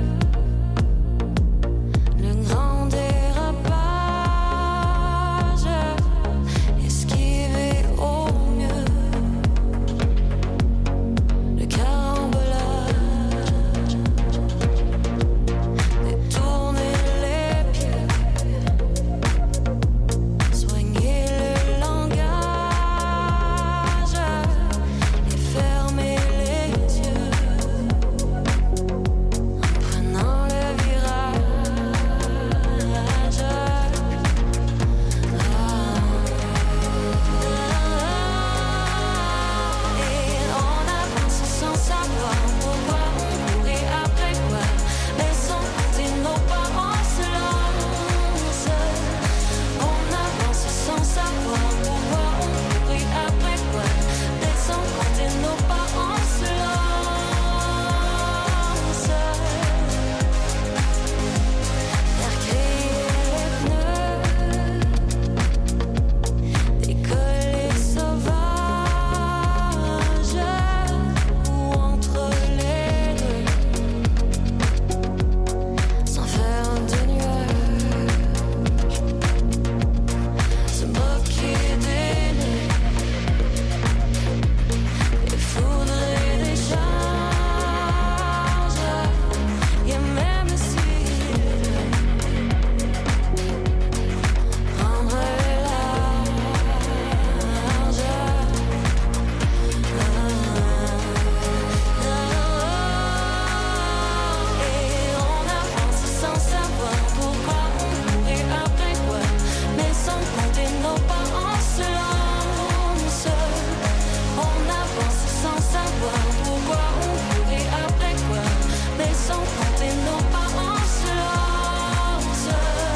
le grand dérapage, esquiver au mieux le carambolage, détourner les pieds, soigner le langage et fermer les yeux. Prenant le virage, et on avance sans savoir pourquoi, on courait après quoi, mais sans compter nos pas, on se lance. On avance sans savoir pourquoi, on courait après quoi, mais sans compter nos pas, on se lance. Faire crier les pneus, décoller sauvage, ou entre les deux, sans faire de nuages, se moquer des nuits, les foudres et les charges, et même si prendre large, et on avance sans savoir pourquoi, on courait après quoi, mais sans compter nos pas, on se lance. On avance sans savoir pourquoi, on courait après quoi, mais sans compter nos pas, on se lance.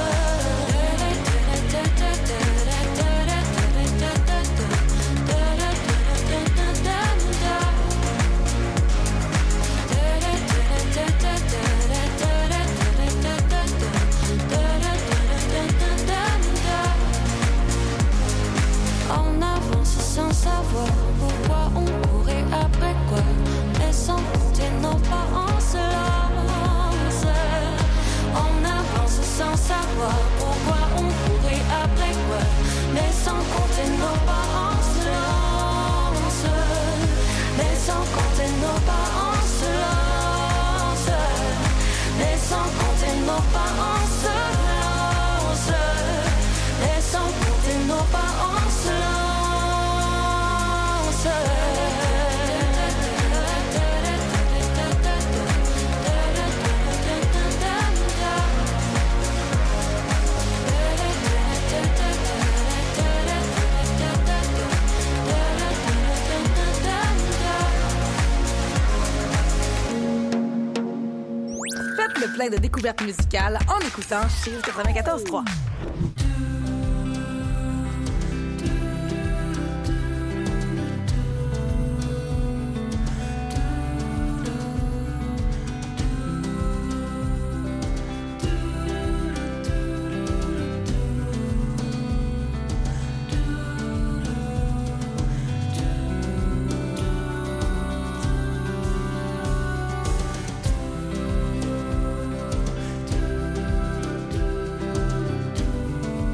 On avance sans savoir pourquoi, on courait après quoi, mais sans compter nos pas, on se lance. On avance sans savoir pourquoi, on courait après quoi, mais sans compter nos pas, on se lance. Mais sans compter nos pas, on se lance. Mais sans compter nos pas, on se lance. Mais sans compter nos pas, on se lance. Faites le plein de découvertes musicales en écoutant Cheese quatre-vingt-quatorze trois. Thank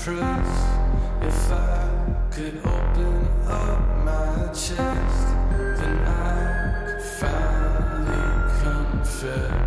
press. If I could open up my chest, then I could finally confess.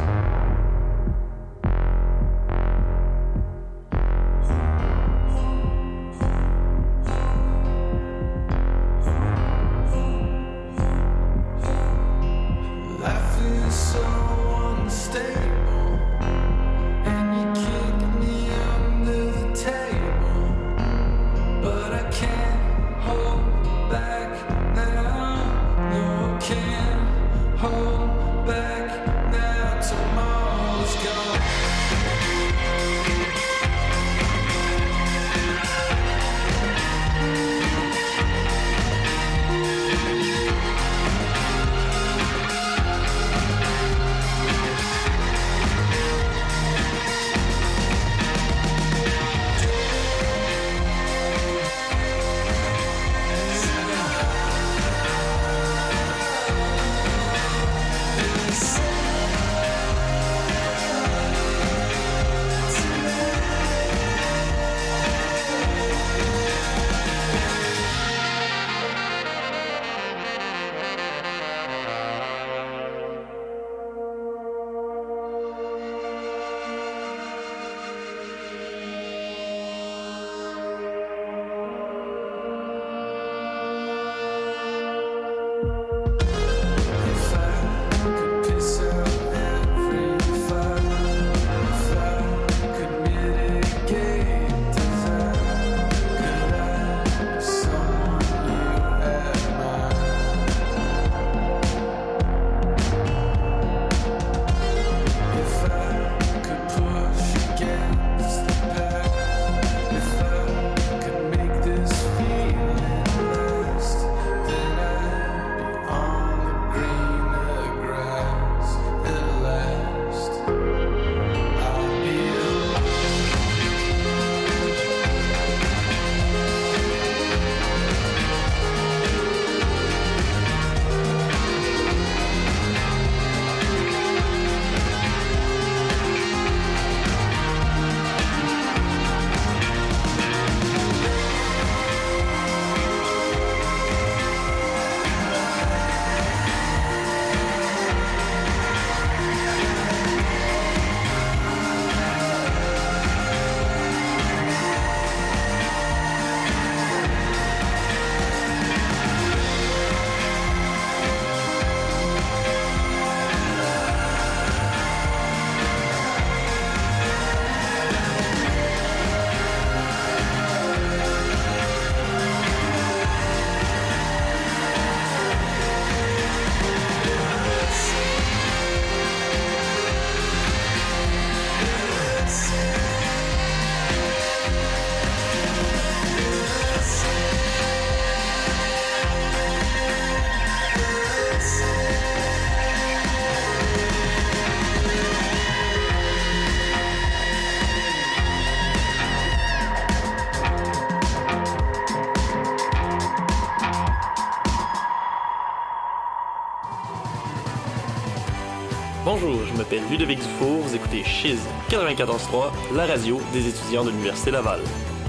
Life is so unstable, and you kick me under the table, but I can't hold back now. No, I can't hold back now. Tomorrow's gone. Bonjour, je m'appelle Ludovic Dufour, vous écoutez Chiz quatre-vingt-quatorze trois, la radio des étudiants de l'Université Laval.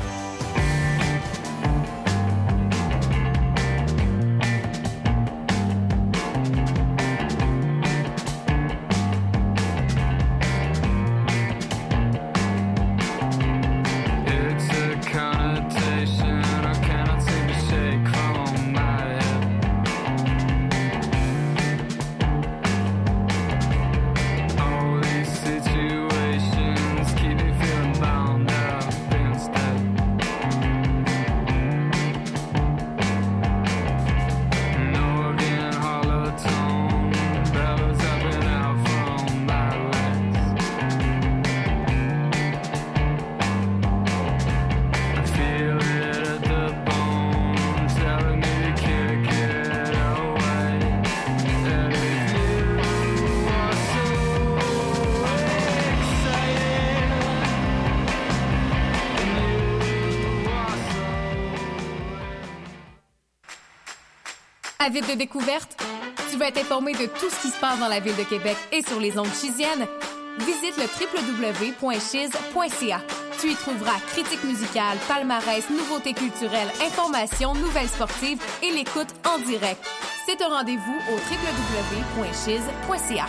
Avide de découverte? Tu veux être informé de tout ce qui se passe dans la ville de Québec et sur les ondes chisiennes? Visite le w w w point chiz point c a. Tu y trouveras critiques musicales, palmarès, nouveautés culturelles, informations, nouvelles sportives et l'écoute en direct. C'est un rendez-vous au w w w point chiz point c a.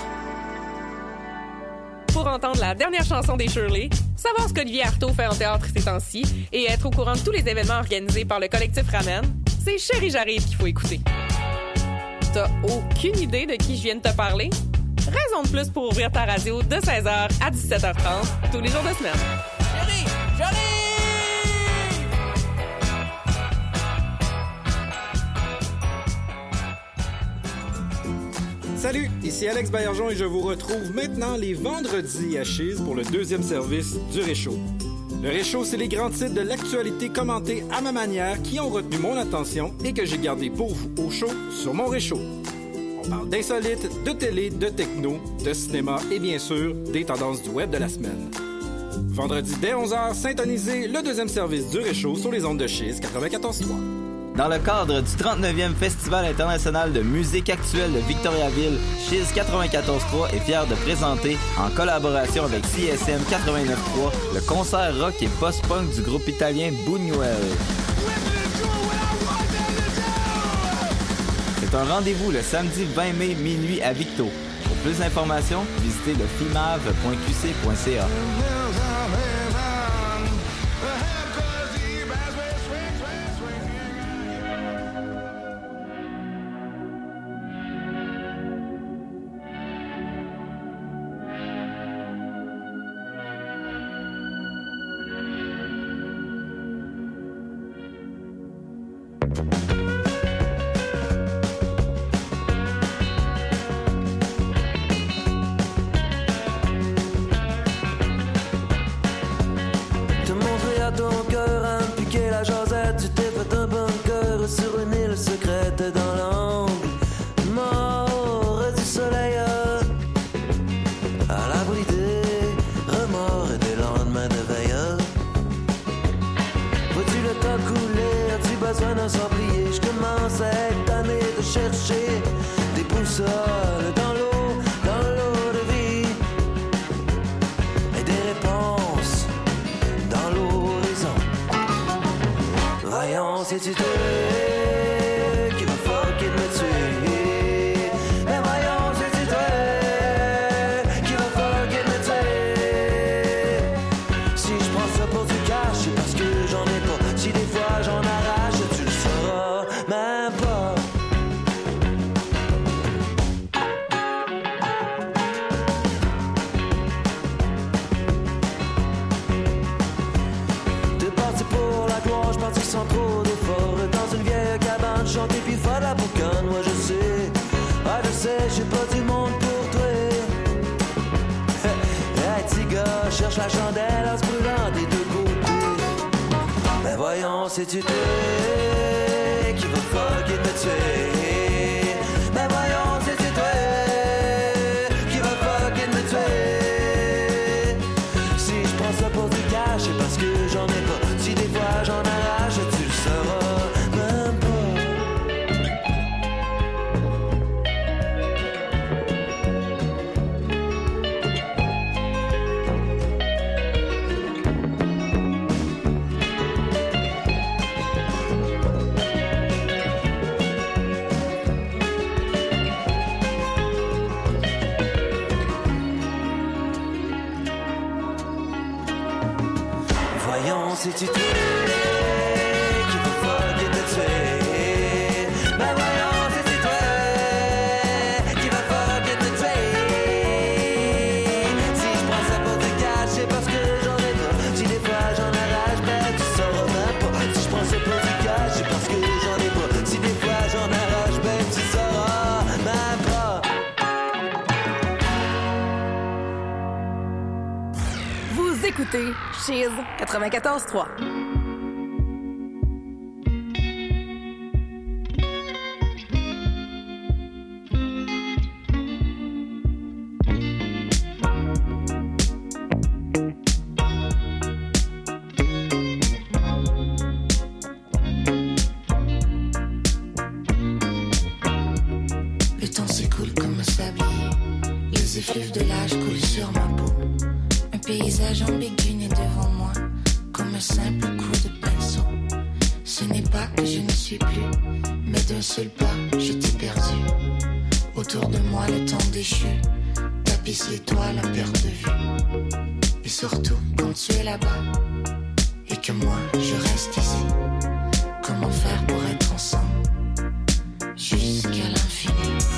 Pour entendre la dernière chanson des Shirley, savoir ce qu'Olivier Artaud fait en théâtre ces temps-ci et être au courant de tous les événements organisés par le collectif Ramen, c'est Chérie J'arrive qu'il faut écouter. T'as aucune idée de qui je viens de te parler? Raison de plus pour ouvrir ta radio de seize heures à dix-sept heures trente tous les jours de semaine. Chérie, j'arrive! Salut, ici Alex Baillargeon et je vous retrouve maintenant les vendredis à Chiz pour le deuxième service du Réchaud. Le Réchaud, c'est les grands titres de l'actualité commentés à ma manière qui ont retenu mon attention et que j'ai gardé pour vous au chaud sur mon Réchaud. On parle d'insolites, de télé, de techno, de cinéma et bien sûr des tendances du web de la semaine. Vendredi dès onze heures, syntonisez le deuxième service du Réchaud sur les ondes de Chiz quatre-vingt-quatorze trois. Dans le cadre du trente-neuvième Festival international de musique actuelle de Victoriaville, Chiz quatre-vingt-quatorze trois est fier de présenter, en collaboration avec C S M quatre-vingt-neuf trois, le concert rock et post-punk du groupe italien Buñuel. C'est un rendez-vous le samedi vingt mai minuit à Victo. Pour plus d'informations, visitez le fimave point q c point c a. C'est-tu toi qui va fucker me tuer? Ben voyons, c'est-tu toi qui va fucker me tuer? Si je prends ça pour du cash, c'est parce que j'en ai pas. Si des fois j'en arrache, tu le sauras même c'est-tu toi qui va fucker me tuer? Ben voyons, c'est-tu toi qui va fucker me tuer? Si je prends ça pour du cash, c'est parce que j'en ai pas. Si des fois j'en arrache, ben tu sauras même pas. Si je prends ça pour du cash, c'est parce que j'en ai pas. Si des fois j'en arrache, ben tu sauras même pas. Vous écoutez Chiz quatre-vingt-quatorze trois. Le temps s'écoule comme un sablier. Les effluves de l'âge coulent sur ma peau. Un paysage ambigu né devant moi. un simple coup de pinceau. Ce n'est pas que je ne suis plus, mais d'un seul pas, je t'ai perdu. Autour de moi, le temps déchu tapisse l'étoile à perte de vue. Et surtout, quand tu es là-bas, et que moi, je reste ici, comment faire pour être ensemble jusqu'à l'infini?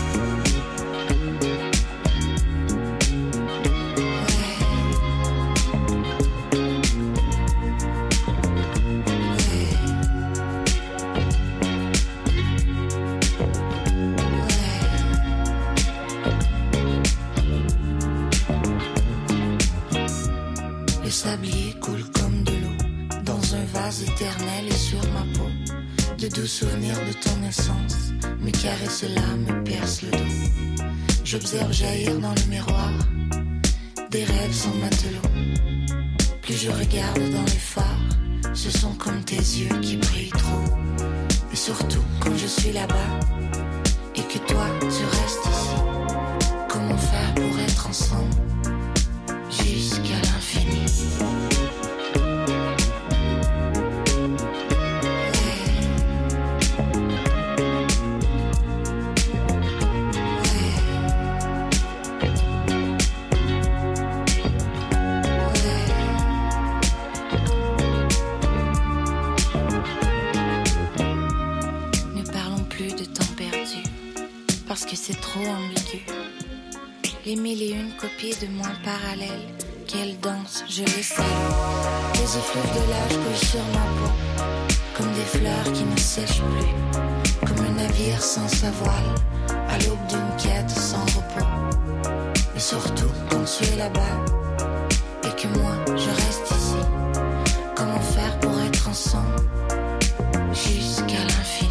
Éternel et sur ma peau, de doux souvenirs de ton essence. Mes caresses là me percent le dos. J'observe jaillir dans le miroir des rêves sans matelot. Plus je regarde dans les phares, ce sont comme tes yeux qui brillent trop. Et surtout quand je suis là-bas et que toi tu restes ici, comment faire pour être ensemble jusqu'à l'infini? Parce que c'est trop ambigu. Les mille et une copies de moi parallèles, qu'elles dansent, je les salue. Les effluves de l'âge coulent sur ma peau, comme des fleurs qui ne sèchent plus, comme un navire sans sa voile, à l'aube d'une quête sans repos. Mais surtout quand tu es là-bas, et que moi je reste ici, comment faire pour être ensemble jusqu'à l'infini?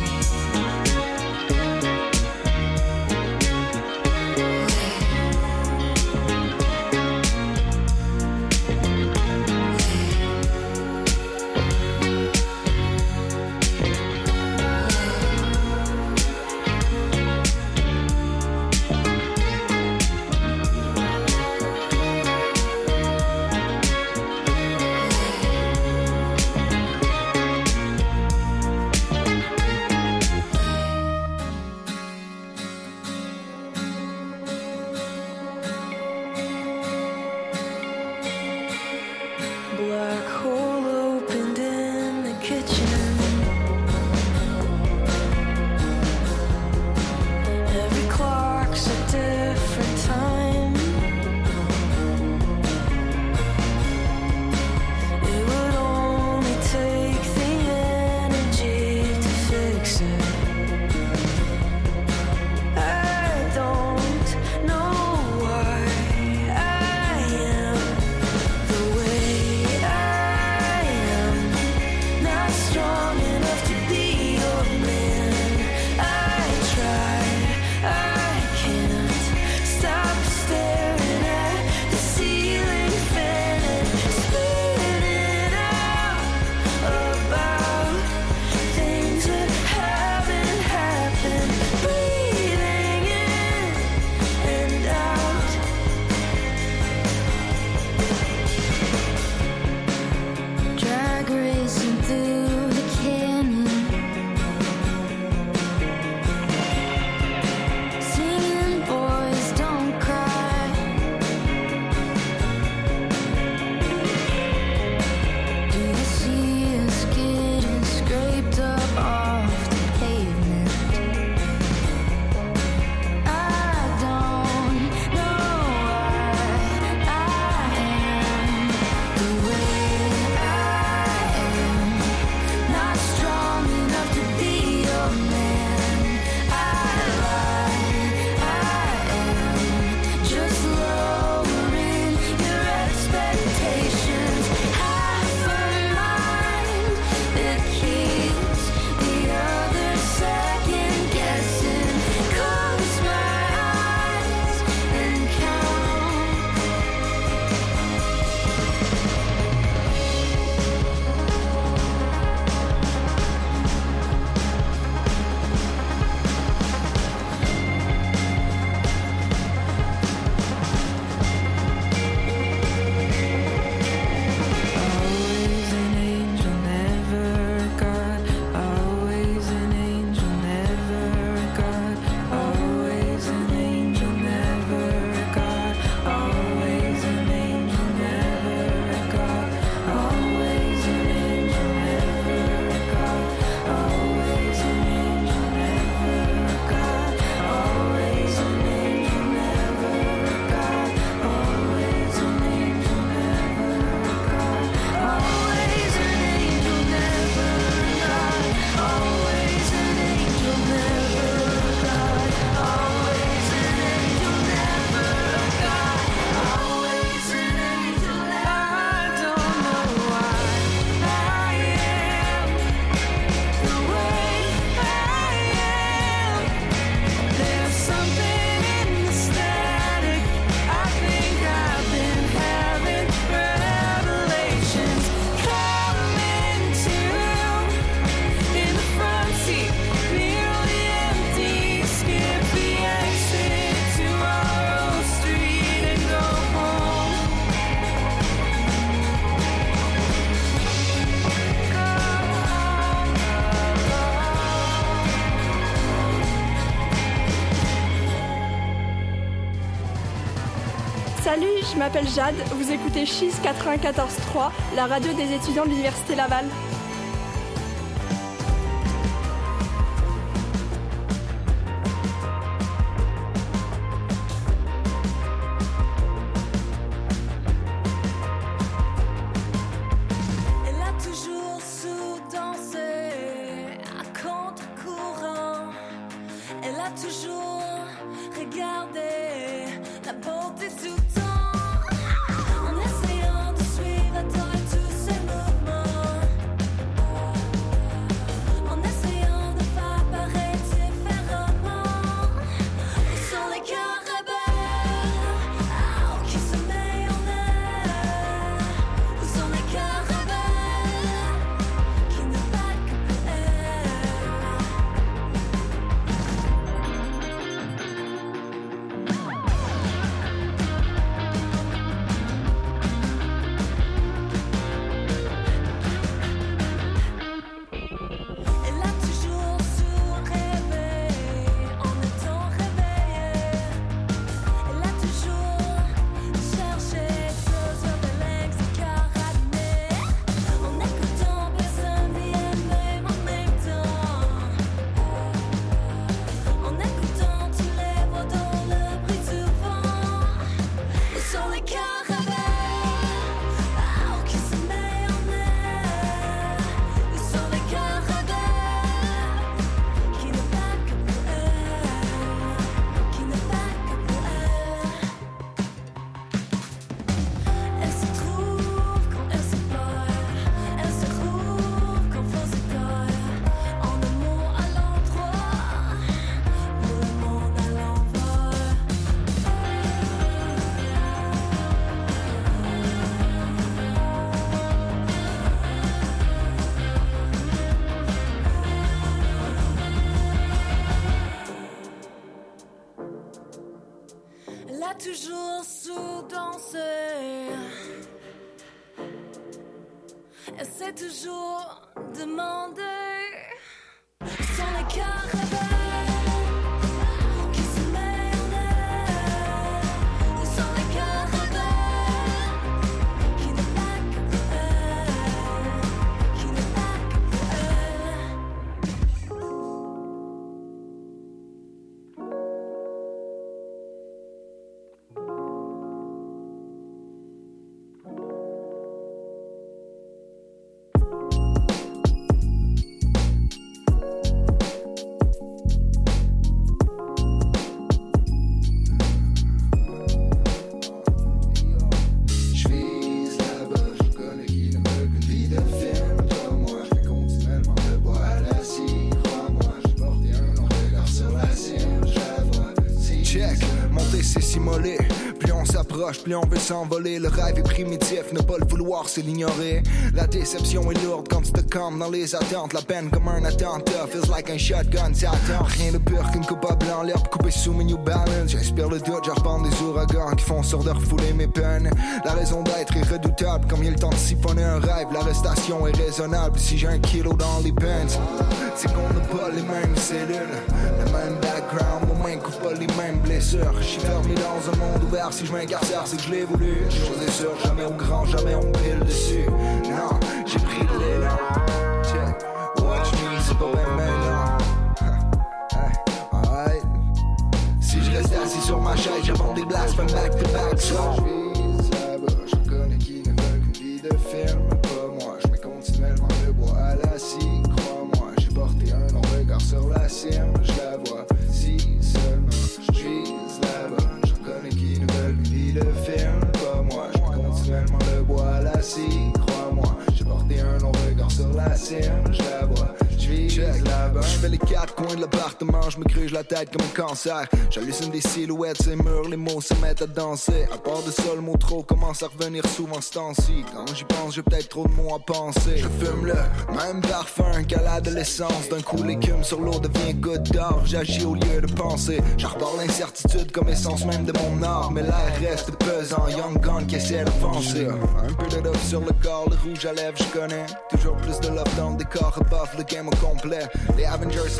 je m'appelle Jade, vous écoutez Chiz quatre-vingt-quatorze trois, la radio des étudiants de l'Université Laval. Elle a toujours sous-dansé à contre-courant. Elle a toujours regardé la beauté tout le temps, en essayant de suivre à temps et tous ses mouvements, en essayant de faire pareil différemment. Où sont les cœurs rebelles, ah, qui sommeillent en elle? Où sont les cœurs rebelles qui ne battent que pour elle? Elle a toujours sous-rêvé en étant réveillée. Elle a toujours cherché choses rebelles et caramées. En écoutant personne ni elle-même en même temps. En écoutant tous les voix dans le bruit du vent. Où sont les cœurs rebelles, ah, qui sommeillent en elle? Où sont les cœurs rebelles qui ne battent que pour elle, qui ne battent que pour elle? Elle se trouve quand elle se perd, elle se trouve quand force est tard. En un mot à l'endroit, pour le monde à l'envers. Elle a toujours sous-dansé. Elle s'est toujours demandé. Où sont les cœurs rebelles qui sommeillent en elle? Où sont les cœurs rebelles qui ne battent que pour elle, qui ne battent que pour elle? Je vise là-bas, je connais qui ne veut qu'une vie de film. Crois-moi, je vais continuellement le bois à la scie. Crois-moi, j'ai porté un long regard sur la cime. Je la vois si Check, monter c'est s'immoler. Plus on s'approche, plus on veut s'envoler. Le rêve est primitif, ne pas le vouloir c'est l'ignorer. La déception est lourde quand tu te campes dans les attentes. La peine comme un attentat, feels like un shotgun, t'attends. Rien de pire qu'une coupe à blanc, l'herbe coupée sous mes New Balance. J'inspire le doute, j'arpente des ouragans qui font sur de refouler mes peines. La raison d'être est redoutable, comme il y a le temps de siphonner un rêve. L'arrestation est raisonnable si j'ai un kilo dans les pants. C'est qu'on n'a pas les mêmes cellules, le même background, mon main couvre pas les mêmes blessures. Je suis fermé dans un monde ouvert, si je m'incarcère c'est que je l'ai voulu. Chose est sûre, jamais au grand, jamais on me pile dessus. Non, j'ai pris de l'élan. Check, watch me, c'est pas bien maintenant. Alright. Si je reste assis sur ma chaise, j'avance des blasphèmes back to back. So je vise là-bas, je connais qui ne veut qu'une vie de film. Pas moi, je mets continuellement le bois à la scie. Crois-moi, j'ai porté un long regard sur la cime. Je la vois si seulement. Je vise là-bas, je connais qui ne veut qu'une vie de film. Pas moi, je mets continuellement le bois à la scie. Crois-moi, j'ai porté un long regard sur la cime. Je la vois. Je fais les quatre coins de l'appartement, je me gruge la tête comme un cancer. J'hallucine des silhouettes, ces murs, les mots se mettent à danser. À part de ça, le mot trop commence à revenir souvent ce temps-ci. Quand j'y pense, j'ai peut-être trop de mots à penser. Je fume le même parfum qu'à l'adolescence. D'un coup, l'écume sur l'eau devient goutte d'or. J'agis au lieu de penser. J'arbore l'incertitude comme essence même de mon art. Mais l'air reste pesant, young gun qui essaie d'avancer. Un peu de love sur le corps, le rouge à lèvres, je connais. Toujours plus de love dans le décor, above le game au complet. Les Avengers sont à la mode,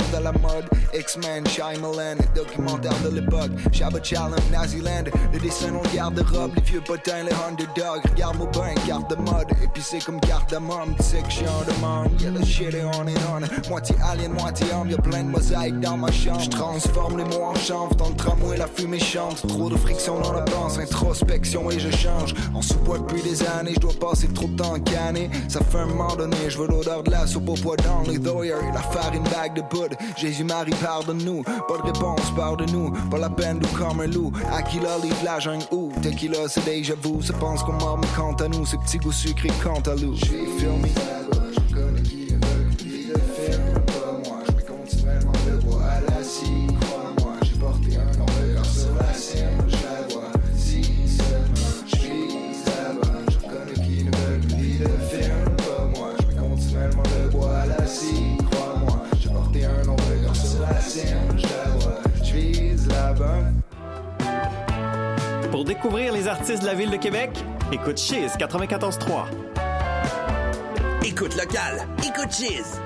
mode. X-Men, Shyamalan, documentaire de l'époque. Shabba Challenge, Naziland, les dessins dans le garde-robe, les vieux potins, les underdogs. Regarde-moi bien, carte de mode, épicé comme cardamome. Tu sais que j'suis en demande, yeah, the shit est on and on. Moitié alien, moitié homme, y'a plein de mosaïques dans ma chambre. J'transforme les mots en chanvre, dans le tramway la fumée chante. Trop de friction dans la panse, introspection et je change. En sous-poids depuis des années, je dois passer trop de temps canné. Ça fait un moment donné, je veux l'odeur de la soupe au poids dans les doyers. La farine bague de poudre, Jésus-Marie pardonne-nous. Pas de réponse, part de nous, pas la peine d'où comme un loup. Aquila livre la jungle où tequila c'est déjà vous. Se pense qu'on mord mais quant à nous, ces petits goûts sucrés quant à loup. J'suis filmé, je connais qui ne veut que vie de film. Pas moi, je mets continuellement le bois à la scie. Crois-moi, j'ai porté un long regard sur la cime. Je la vois, si seulement je vise là-bas. Je connais qui ne veut que vie de film. Pas moi, je mets continuellement le bois à la scie. Crois-moi, j'ai porté un long regard sur la cime. Je la vois, je vise là-bas. Pour découvrir les artistes de la Ville de Québec, écoute Chiz quatre-vingt-quatorze trois. Écoute local, écoute Chiz.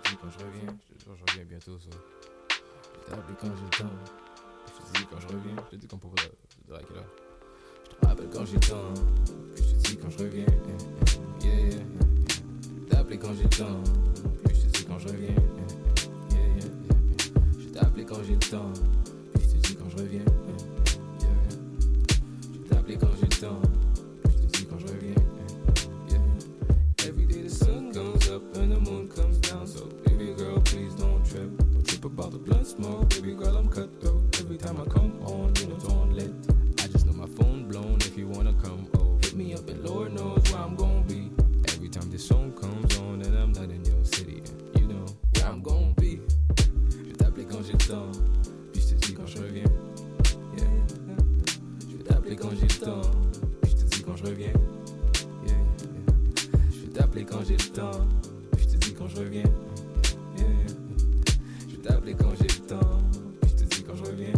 te dis quand je reviens, je te jure, je reviens bientôt, ça. Je t'ai appelé quand j'ai le temps. Je te dis quand je reviens, je te dis qu'on peut dire à quelle heure. Je te rappelle quand j'ai le temps. Puis je te dis quand je reviens. Yeah, yeah, yeah. Je t'ai appelé quand j'ai le temps. Puis je te dis quand je reviens. Yeah, yeah, yeah. Je t'ai appelé quand j'ai le temps. Puis je te dis quand je reviens. Yeah, yeah. Je t'ai appelé quand j'ai le temps. Puis je te dis quand je reviens. Yeah, yeah. Every day the sun comes up and the moon comes down. So baby girl, please don't trip. Don't trip about the blunt smoke. Baby girl, I'm cutthroat. Every time I come on, you know it's on lit. I just know my phone blown. If you wanna come, oh, hit me up and Lord knows where I'm gonna be. Every time this song comes on and I'm not in your city, and you know where I'm gonna be. Je vais t'appeler quand j'ai le temps, puis je te dis quand je reviens. Yeah. Je vais t'appeler quand j'ai le temps, puis je te dis quand je reviens. Yeah. Je vais t'appeler quand j'ai le temps, puis je te dis quand je reviens. Yeah. Je vais t'appeler quand j'ai le temps, puis je te dis quand je reviens.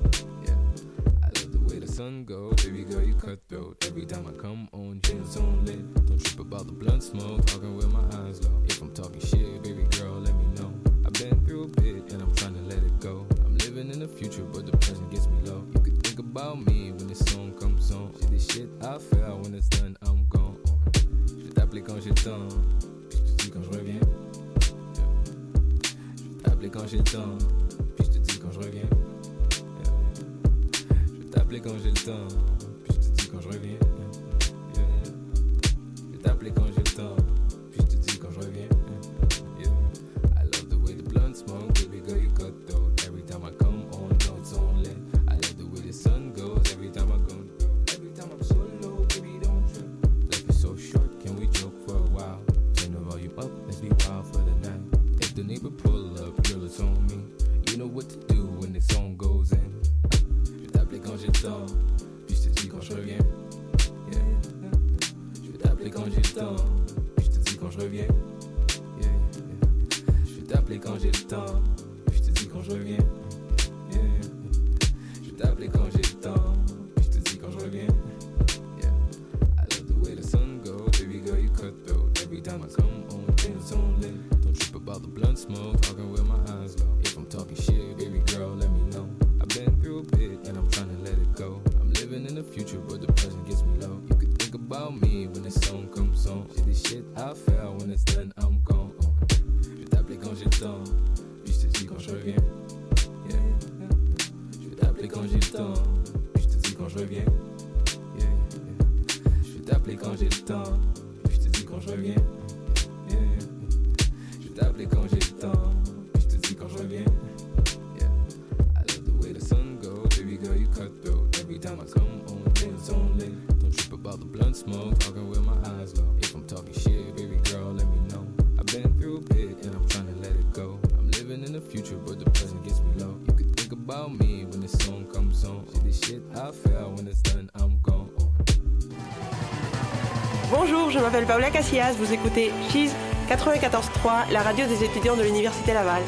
Sun goes, baby girl, you cutthroat. Every time I come on, jeans on lit. Don't trip about the blunt smoke, talking with my eyes low. If I'm talking shit, baby girl, let me know. I've been through a bit and I'm trying to let it go. I'm living in the future, but the present gets me low. You could think about me when this song comes on. See this shit I feel when it's done, I'm gone. Je vais t'appeler quand j'ai le temps, puis je te dis quand je reviens. Je vais t'appeler quand j'ai le temps, puis je te dis quand je reviens. Je vais t'appeler quand j'ai le temps, puis je te dis quand je reviens. Yeah. Je vais t'appeler quand j'ai le temps, puis je te dis quand je reviens. Yeah. I love the way the blunt smoke, baby girl, you cut though. Every time I come on, no, it's on lit. I love the way the sun goes, every time I go. Every time I'm solo, baby, don't trip. Life is so short, can we joke for a while? Turn the volume up, let's be wild for the night. If the neighbor pull up, girl, it's on me. You know what to do when the song goes in. Quand j'ai le temps, puis je te dis quand je reviens. Yeah. Je vais t'appeler quand j'ai le temps, puis je te dis quand je reviens. Yeah. Je vais t'appeler quand j'ai le temps, puis je te dis quand je reviens. Yeah. Je vais t'appeler quand j'ai le temps, puis je te dis quand je reviens. Yeah. I love the way the sun goes, baby girl, you cutthroat. Every time I come on, it's on lit. Don't trip about the blunt smoke, talking with my eyes low. If I'm talking shit, baby girl, let me know. I've been through a bit and I'm trying to let it go. I'm living in the future, but the present gets me low. You could think about me when this song comes on. See this shit I feel when it's done, I'm gone. Je vais t'appeler quand j'ai le temps, puis je te dis quand je reviens. Yeah. Je vais t'appeler quand j'ai le temps, puis je te dis quand je reviens. Yeah. Je vais t'appeler quand j'ai le temps, puis je te dis quand je reviens. Yeah. Je vais t'appeler quand j'ai le temps, puis je te dis quand je reviens. Baby girl, you cutthroat. Every time I come on, it's on lit. Don't trip about the blunt smoke, talking with my eyes low. If I'm talking shit, baby girl, let me know. I've been through a bit and I'm trying to let it go. I'm living in the future, but the present gets me low. You could think about me when this song comes on. See this shit I feel when it's done, I'm gone. Bonjour, je m'appelle Paola Casillas, vous écoutez Cheese quatre-vingt-quatorze trois, la radio des étudiants de l'Université Laval.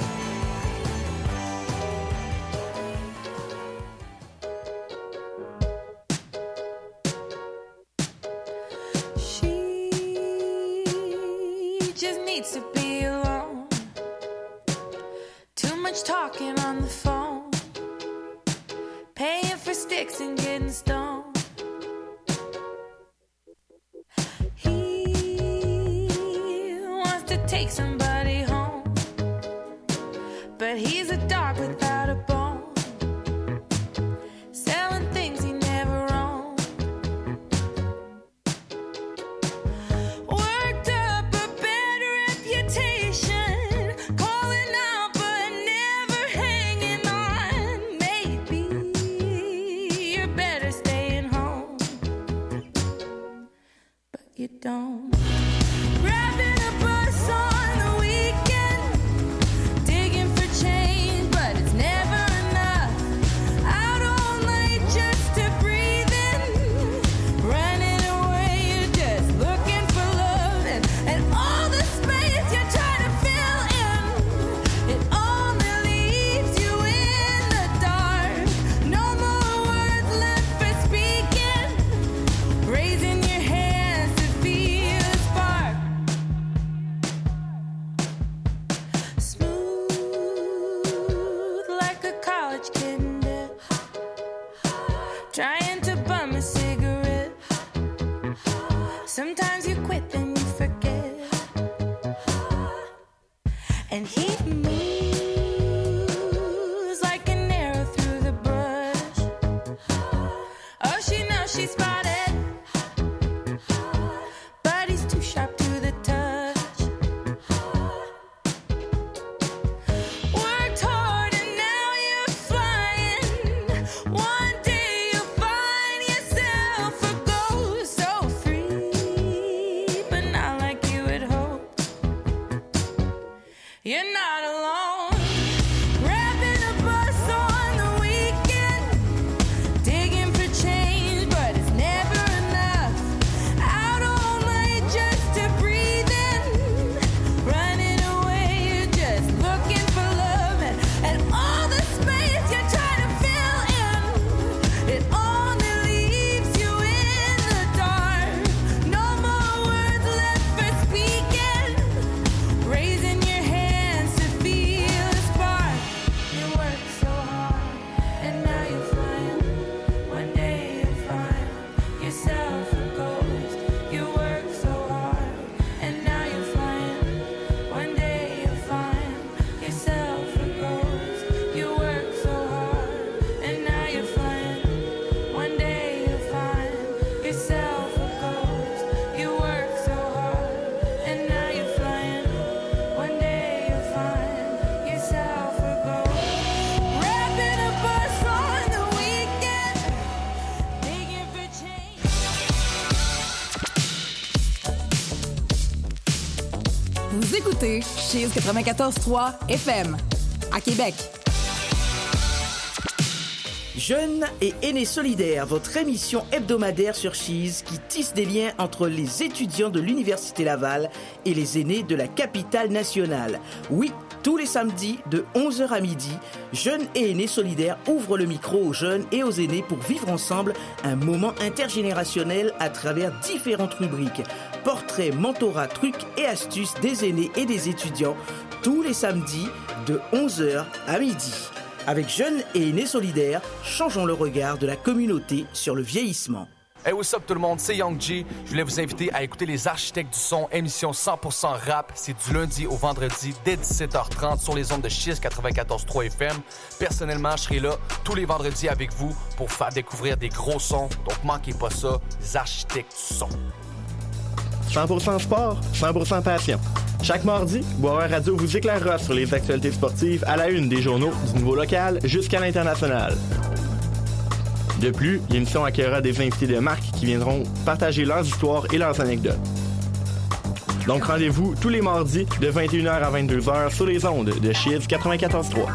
To be alone. Too much talking on the phone. Paying for sticks and getting stoned. He wants to take somebody home, but he's a dog without a bone. Selling things he never owned. Worked up a bad reputation, calling out but never hanging on. Maybe you're better staying home, but you don't. Grabbing a bus on the weekend, digging for change, but it's never enough. Out all night just to breathe in, running away, you're just looking for love, and, and all the space you're trying to fill in, it only leaves you in the dark. No more words left for speaking, raising your hands to feel moves like an arrow through the brush. Oh, she knows she's spotted, but he's too sharp to the touch. Worked hard and now you're flying. One day you'll find yourself a ghost, so free, but not like you had hoped. You're not alone. Grabbing a bus on the weekend, digging for change, but it's never enough. Out all night just to breathe in, running away, you're just looking for love, and, and all the space you're trying to fill in, it only leaves you in the dark. No more words left for speaking, raising your hands to feel the spark. You work so hard, and now you're flying. One day you'll find yourself a ghost. You work so hard, and now you're flying. One day you'll find yourself a ghost. You work so hard, and now you're flying. One day you'll find yourself a ghost. You work so hard, and now you're flying. One day you'll find yourself a ghost. Grabbing a bus on the weekend, digging for change. Vous écoutez Cheese quatre-vingt-quatorze trois F M à Québec. Jeunes et aînés solidaires, votre émission hebdomadaire sur Cheese qui tisse des liens entre les étudiants de l'Université Laval et les aînés de la capitale nationale. Oui, tous les samedis de onze heures à midi, Jeunes et aînés solidaires ouvrent le micro aux jeunes et aux aînés pour vivre ensemble un moment intergénérationnel à travers différentes rubriques. Portraits, mentorat, trucs et astuces des aînés et des étudiants tous les samedis de onze heures à midi. Avec Jeunes et aînés solidaires, changeons le regard de la communauté sur le vieillissement. Hey, what's up tout le monde, c'est Young G. Je voulais vous inviter à écouter Les Architectes du Son, émission cent pour cent rap. C'est du lundi au vendredi dès dix-sept heures trente sur les ondes de Cheese quatre-vingt-quatorze trois F M. Personnellement, je serai là tous les vendredis avec vous pour faire découvrir des gros sons. Donc manquez pas ça, Les Architectes du Son. cent pour cent sport, cent pour cent passion. Chaque mardi, Boisvert Radio vous éclairera sur les actualités sportives à la une des journaux du niveau local jusqu'à l'international. De plus, l'émission accueillera des invités de marque qui viendront partager leurs histoires et leurs anecdotes. Donc rendez-vous tous les mardis de vingt et une heures à vingt-deux heures sur les ondes de Cheese quatre-vingt-quatorze trois.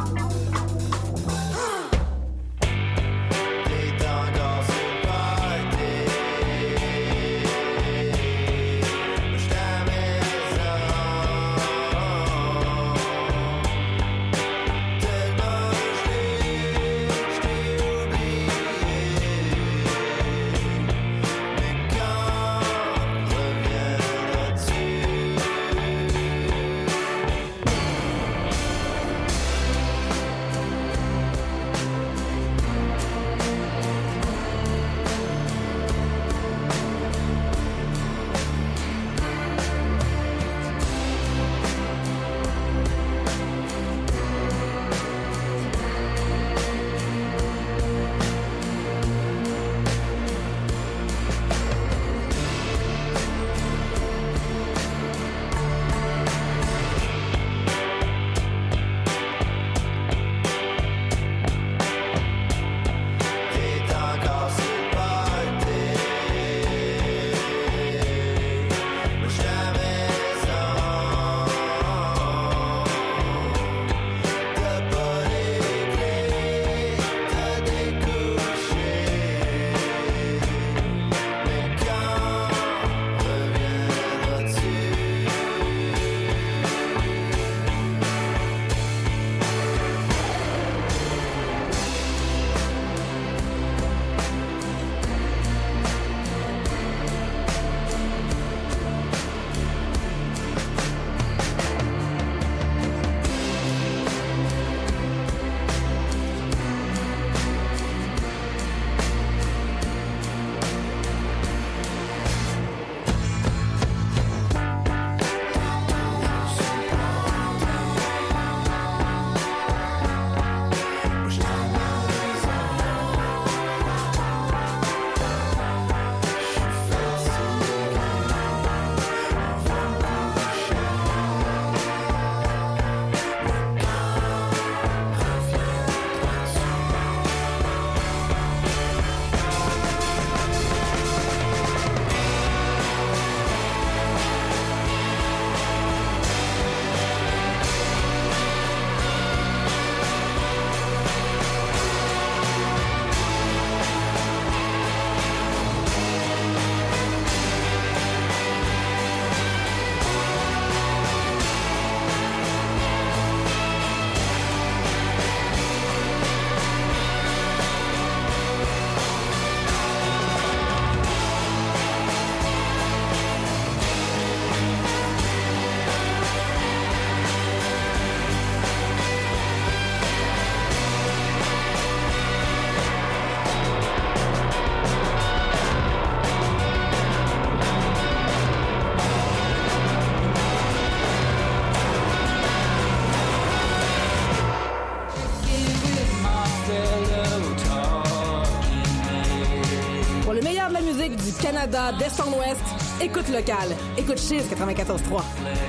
Canada, d'est en ouest. Écoute local. Écoute Chiz quatre-vingt-quatorze trois.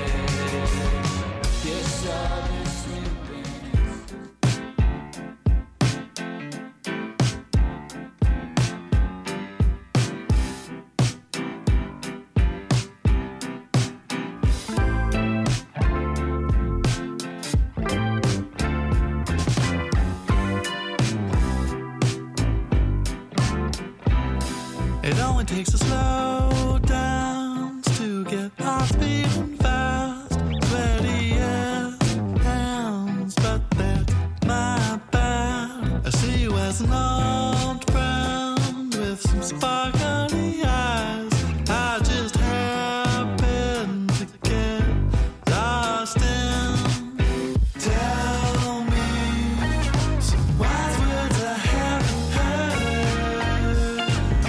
It only takes a slow dance to get hearts beating fast. Sweaty as hands, but that's my bad. I see you as an old friend with some sparkly eyes. I just happen to get lost in. Tell me some wise words I haven't heard.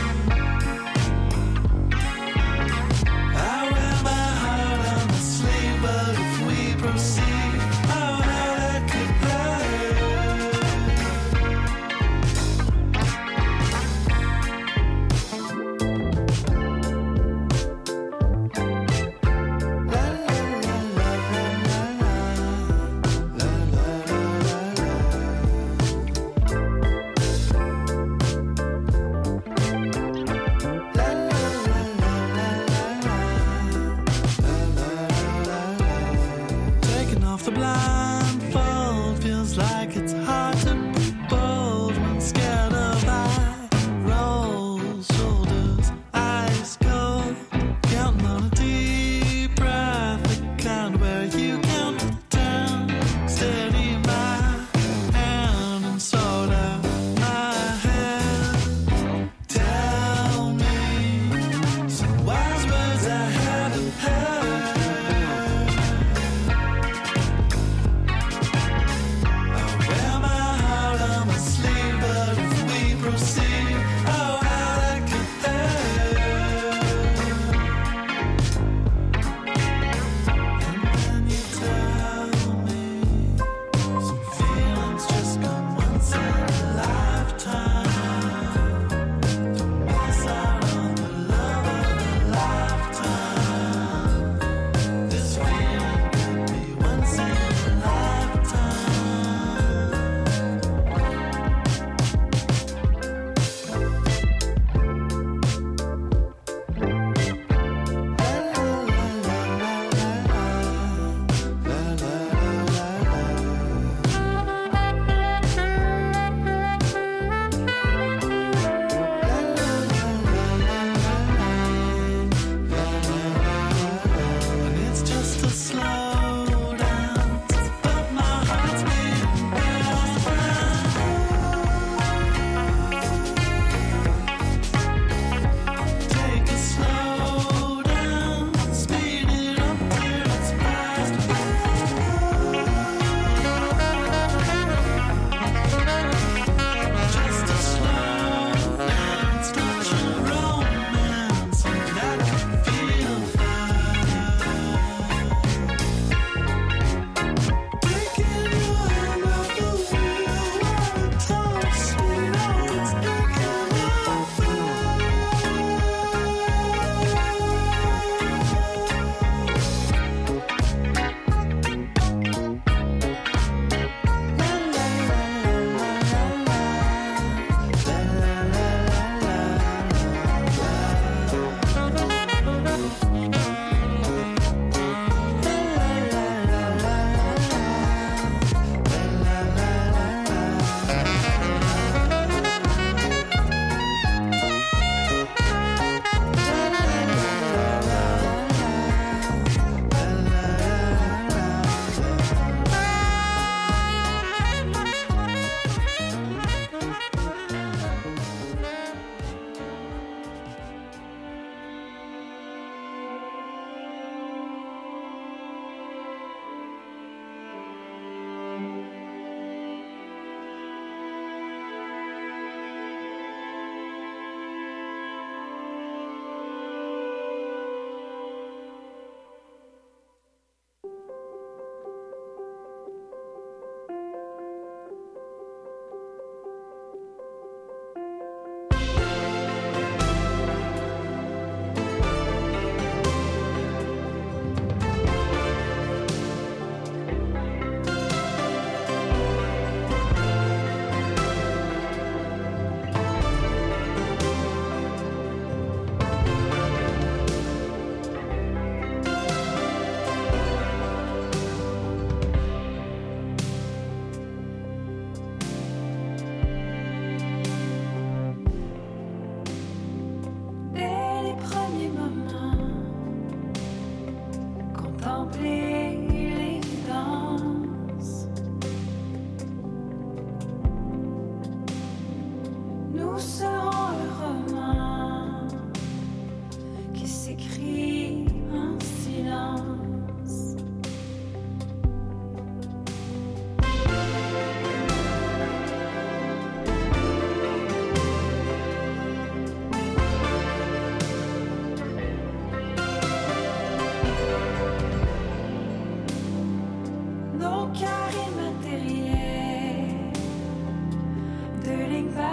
I wear my heart on my sleeve, but if we proceed, oh, how that could hurt.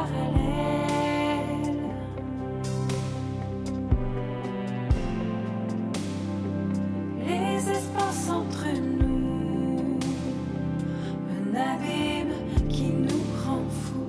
parallèles. Les espaces entre nous, un abîme qui nous rend fous.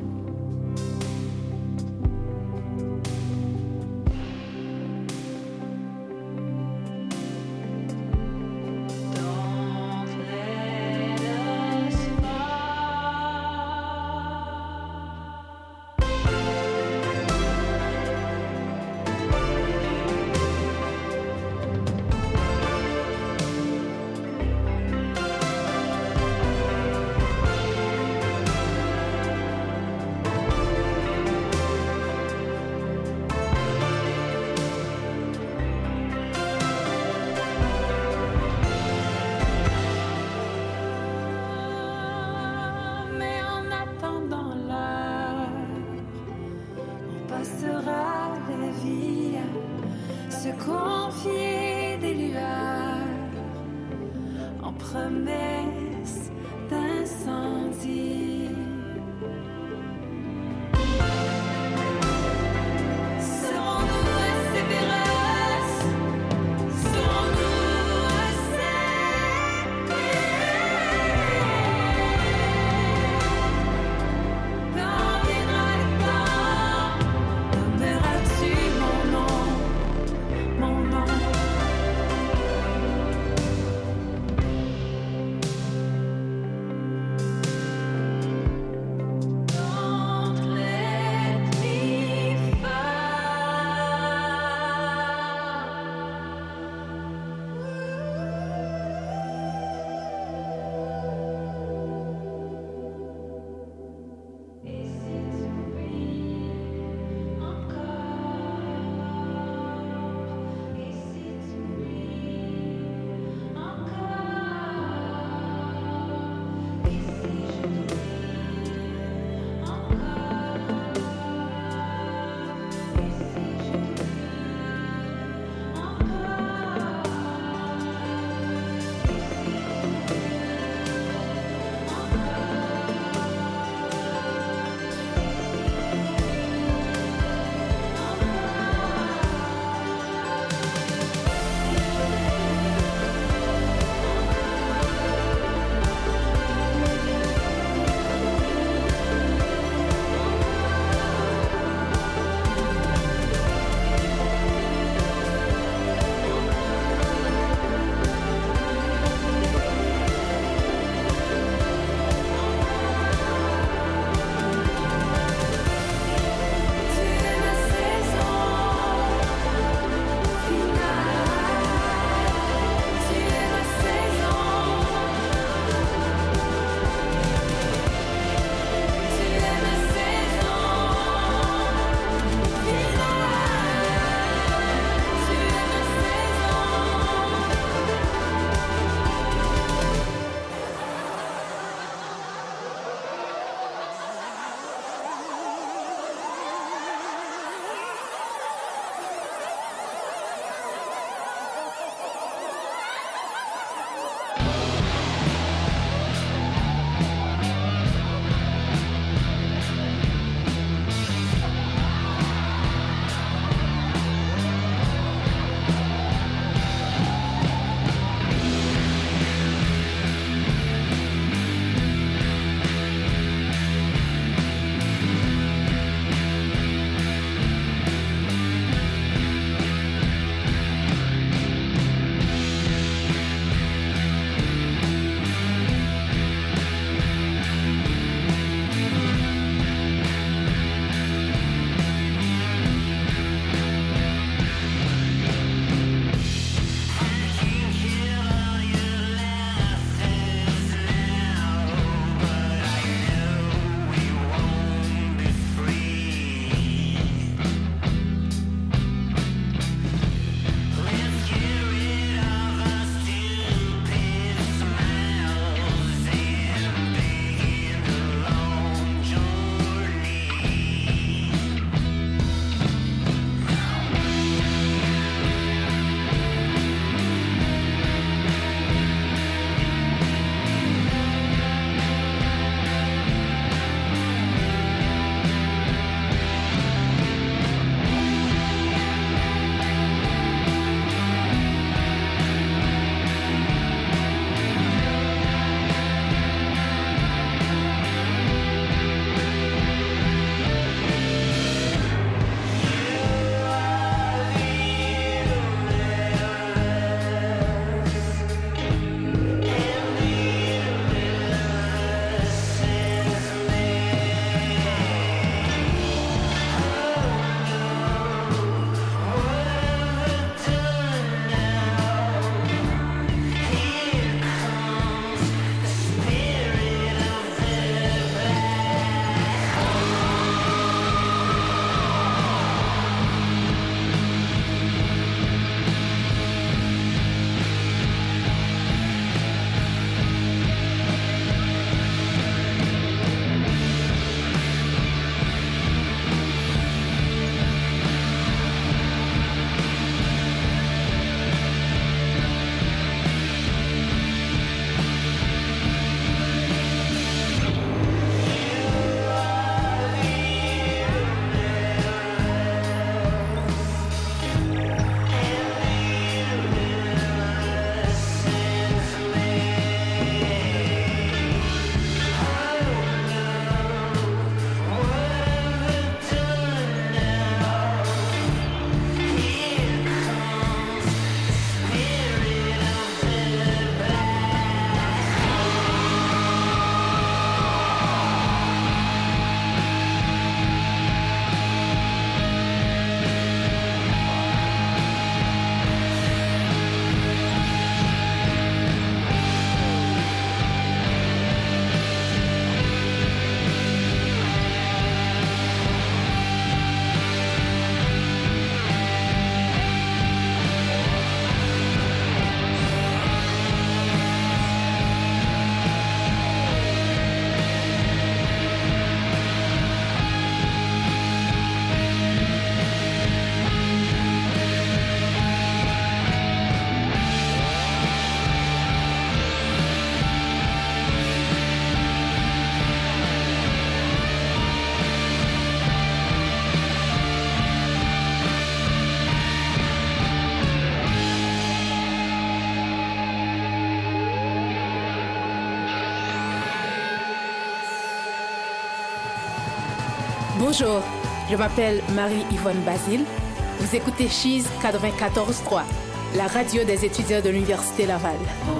Bonjour, je m'appelle Marie-Yvonne Basile. Vous écoutez Cheese quatre-vingt-quatorze trois, la radio des étudiants de l'Université Laval.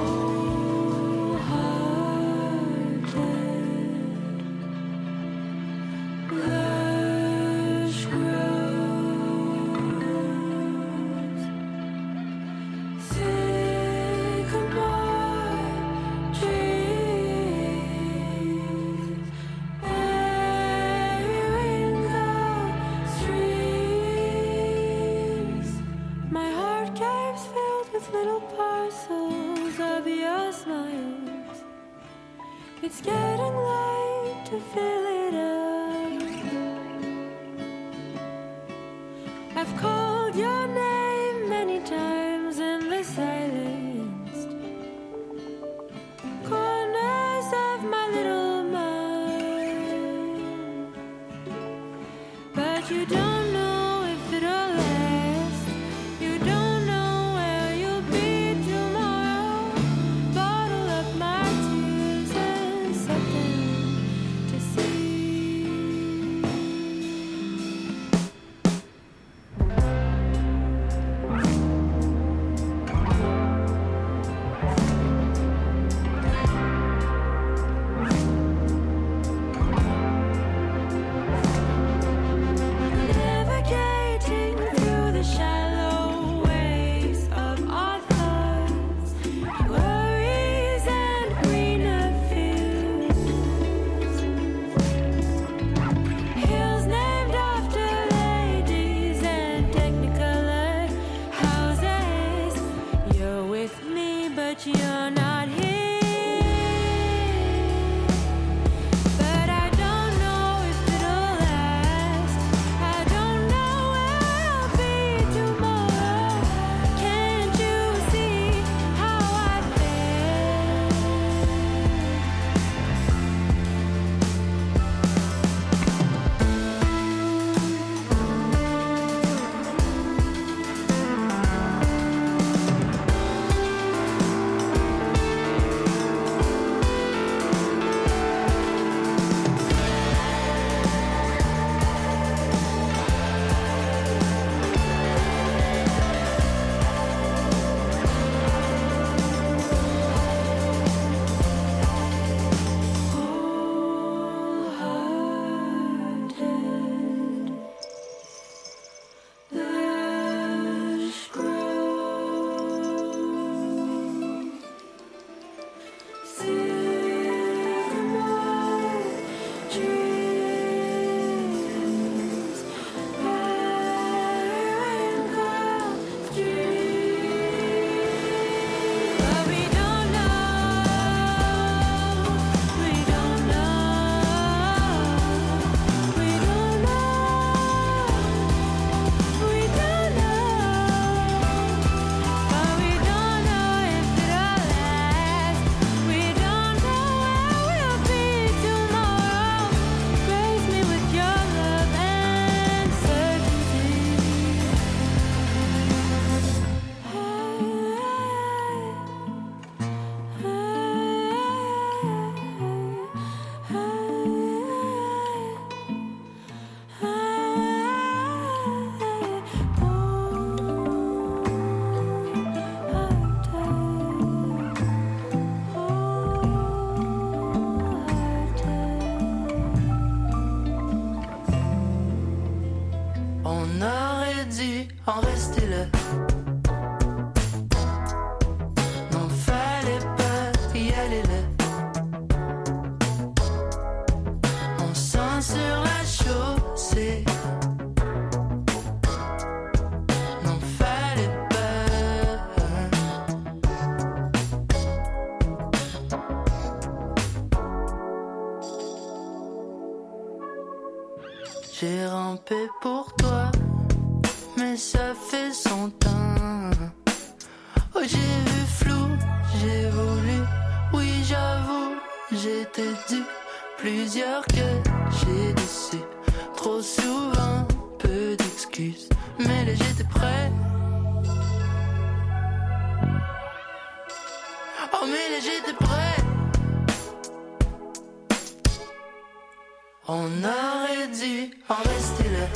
It's getting late to fill it up. I've called your name many times in the silenced corners of my little mind, but you don't know if it'll last. You don't know where you'll be tomorrow. Bottle up my tears and set them to sea. Navigating through the shallow waves of our thoughts, worries and greener fields, hills named after ladies and technicolor houses. You're with me, but you're not here. But I don't know if it'll last. I don't know where I'll be tomorrow. Can't you see how I feel? Lush grows, sycamore trees, periwinkle streams. But we don't know, we don't know, we don't know, we don't know. But we don't know if it'll last. We don't know where we'll be tomorrow. Grace me with your love and On aurait dû en rester là. Non, fallait pas y aller là. On sent sur la chaussée. Non, fallait pas. J'ai rampé pour toi, mais ça fait son temps. Oh, j'ai vu flou, j'ai voulu, oui j'avoue, j'étais dû. Plusieurs que j'ai déçu, trop souvent, peu d'excuses. Mais là j'étais prêt. Oh mais là j'étais prêt. On aurait dû en rester là.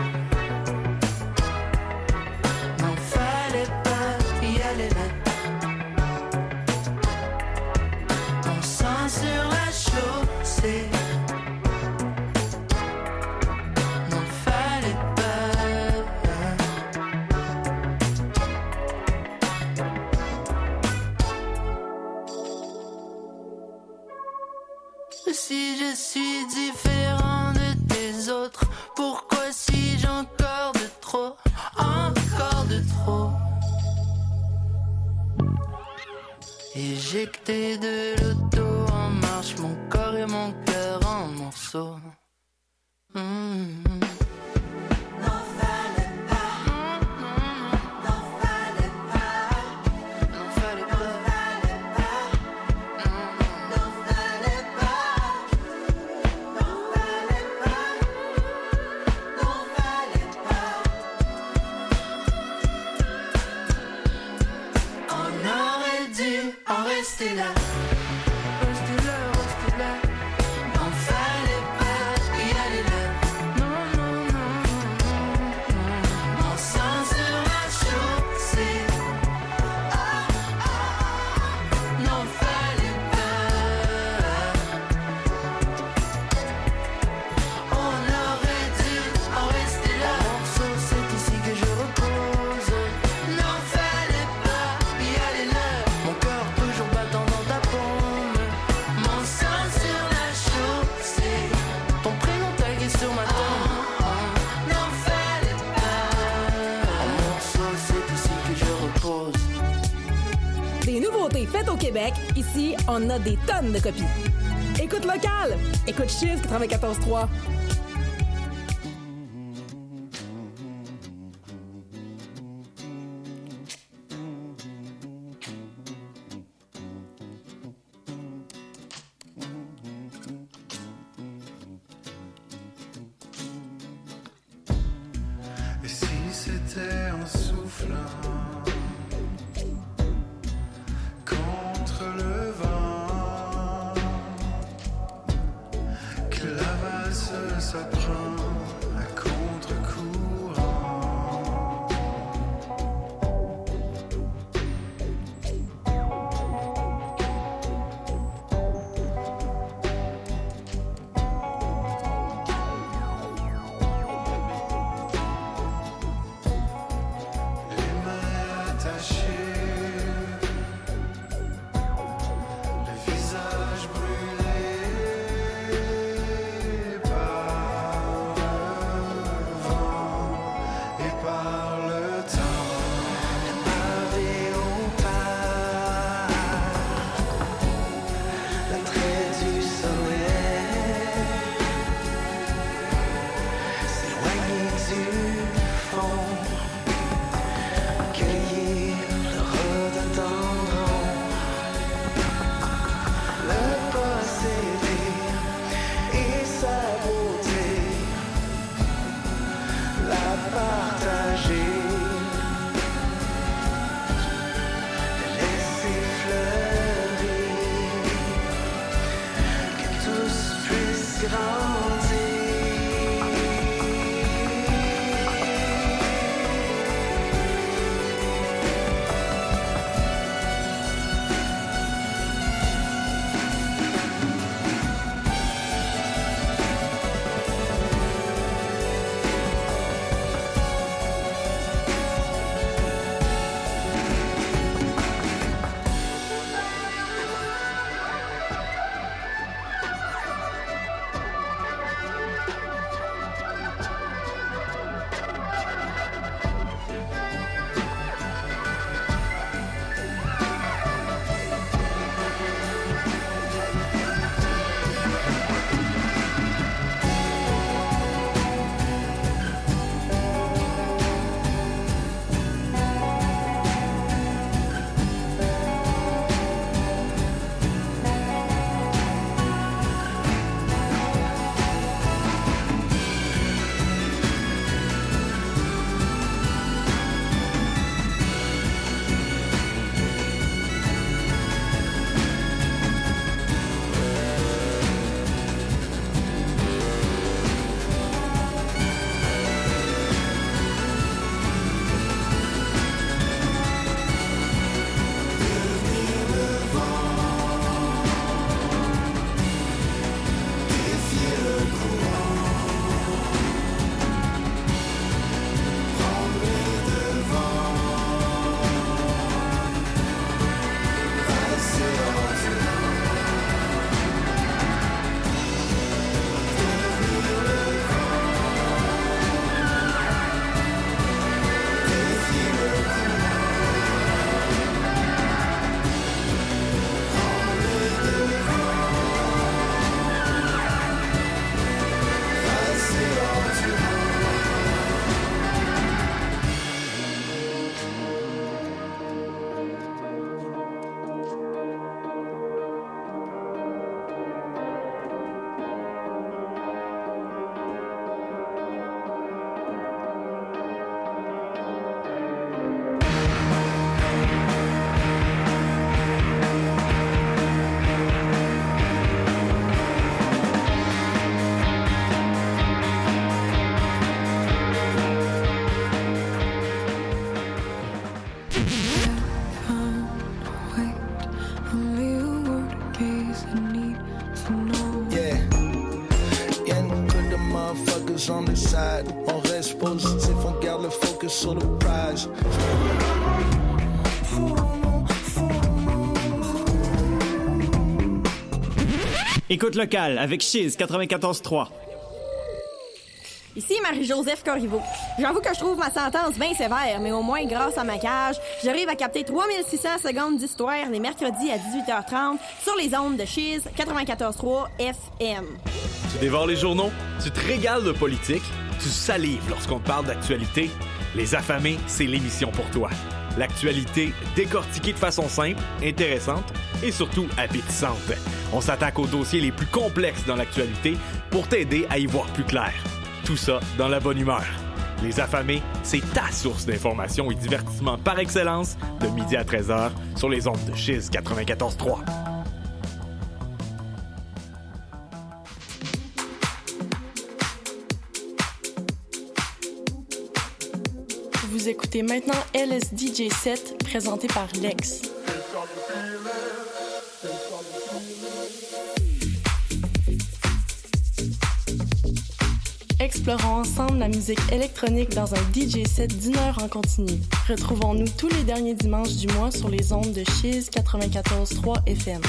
Non, fallait pas y aller là. On sent sur la chaussée. Non, fallait pas. Si je suis différent de tes autres, pourquoi suis-je encore de trop, encore de trop? Éjecté de l'auto en marche, mon corps et mon cœur en morceaux. Mmh. Restez là, restez là, restez là. Non, fallait pas y aller là. Non, non, non, non, non. On sent sur la chaussée. Ah, ah, non, fallait pas. On aurait dû en rester là. Morceau, c'est ici que je repose. Non, fallait pas y aller là. Mon cœur toujours battant dans ta paume. Mon sang sur la chaussée. Ton prénom tagué sur ma tombe. N'en fallait pas. En morceaux, c'est ici que je repose. Des nouveautés faites au Québec, ici, on a des tonnes de copies. Écoute local, écoute Chiz quatre-vingt-quatorze trois. Et si c'était en soufflant contre le vent que la valse s'apprend à contre-courant? Les mains attachées, le visage brûlé par le vent et par le temps. Pavé au pas, l'attrait du soleil s'éloigner du fond. Cueillir le rhododendron, le posséder et sa beauté, la partager, le laisser fleurir, que tous puissent grandir. was on the side. On reste positif, on garde le focus sur le prize. Écoute locale avec Chiz quatre-vingt-quatorze trois. Ici Marie-Joseph Corriveau. J'avoue que je trouve ma sentence bien sévère, mais au moins, grâce à ma cage, j'arrive à capter trois mille six cents secondes d'histoire les mercredis à dix-huit heures trente sur les ondes de Chiz quatre-vingt-quatorze trois F M. Tu dévores les journaux, tu te régales de politique, tu salives lorsqu'on te parle d'actualité. Les Affamés, c'est l'émission pour toi. L'actualité décortiquée de façon simple, intéressante et surtout appétissante. On s'attaque aux dossiers les plus complexes dans l'actualité pour t'aider à y voir plus clair. Tout ça dans la bonne humeur. Les Affamés, c'est ta source d'information et divertissement par excellence de midi à treize heures sur les ondes de Chiz quatre-vingt-quatorze trois. Vous écoutez maintenant L S D J sept présenté par Lex. Explorons ensemble la musique électronique dans un D J set d'une heure en continu. Retrouvons-nous tous les derniers dimanches du mois sur les ondes de Chiz quatre-vingt-quatorze trois F M.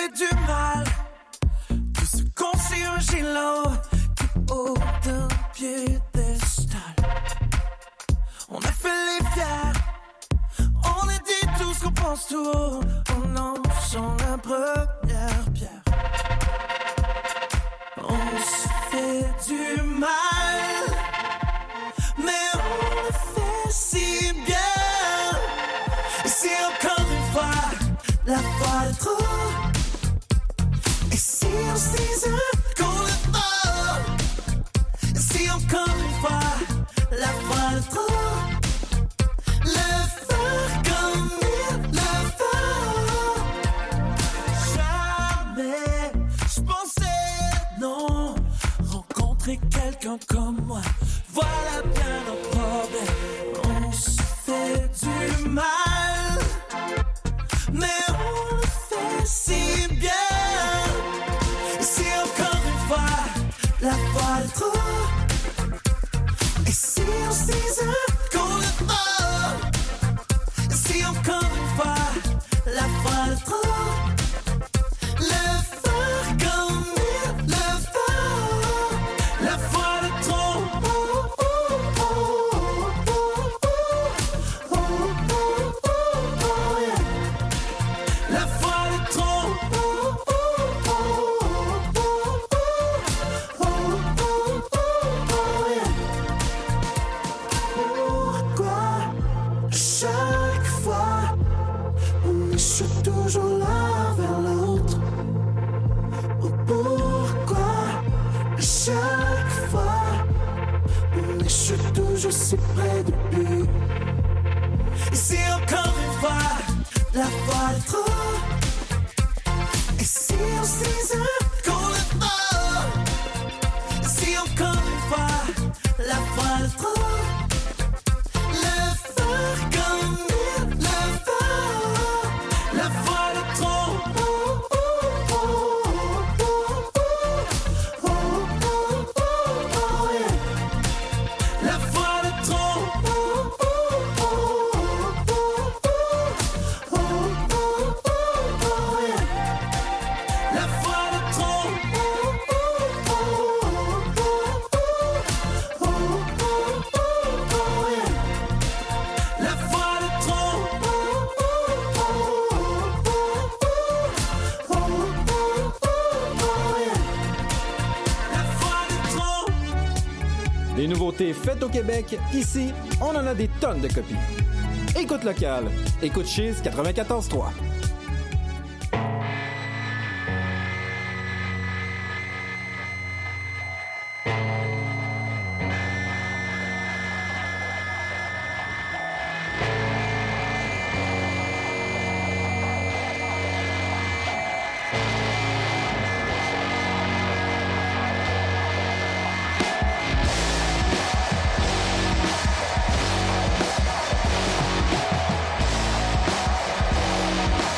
fait du mal. Tout ce qu'on s'est là, tout haut d'un piédestal. On a fait les fiers, on a dit tout ce qu'on pense tout haut, en lançant la première pierre. On se fait du mal, mais on le fait si bien. Et si encore une fois, la fois de trop. Et si on se disait qu'on le fait. Et si encore une fois, la fois de trop. Le faire comme il le fait. Jamais je pensais, non, rencontrer quelqu'un comme moi. Voilà bien nos problèmes. On se fait du mal, mais on le fait si bien. Et si encore une fois, la fois de trop. Et si on se disait qu'on le fait. Et si encore une fois, la fois de trop. Le faire comme il le fait. La fois de trop. Oh, oh, oh, oh, oh, oh, oh, oh, yeah. La fois de trop. Oh, oh, oh, oh, oh, oh, oh, yeah. Pourquoi chaque fois on échoue toujours l'un vers l'autre? Oh, pourquoi chaque fois on échoue toujours si près du but? Et si encore une fois la fois de trop. Et si on se disait qu'on le fait. Et si encore une fois la fois de trop. Le faire comme il le fait. La fois de trop. Oh, oh, oh, oh, oh, oh, oh, oh, yeah. La fois de trop. Oh, oh, oh, oh, oh, oh, oh, yeah. La fois de trop. Oh, oh, oh, oh, oh, oh, yeah. La fois de trop. Oh, oh, oh, yeah. La fois de trop. Des nouveautés faites au Québec, ici, on en a des tonnes de copies. Écoute local, écoute Chiz quatre-vingt-quatorze trois. Oh,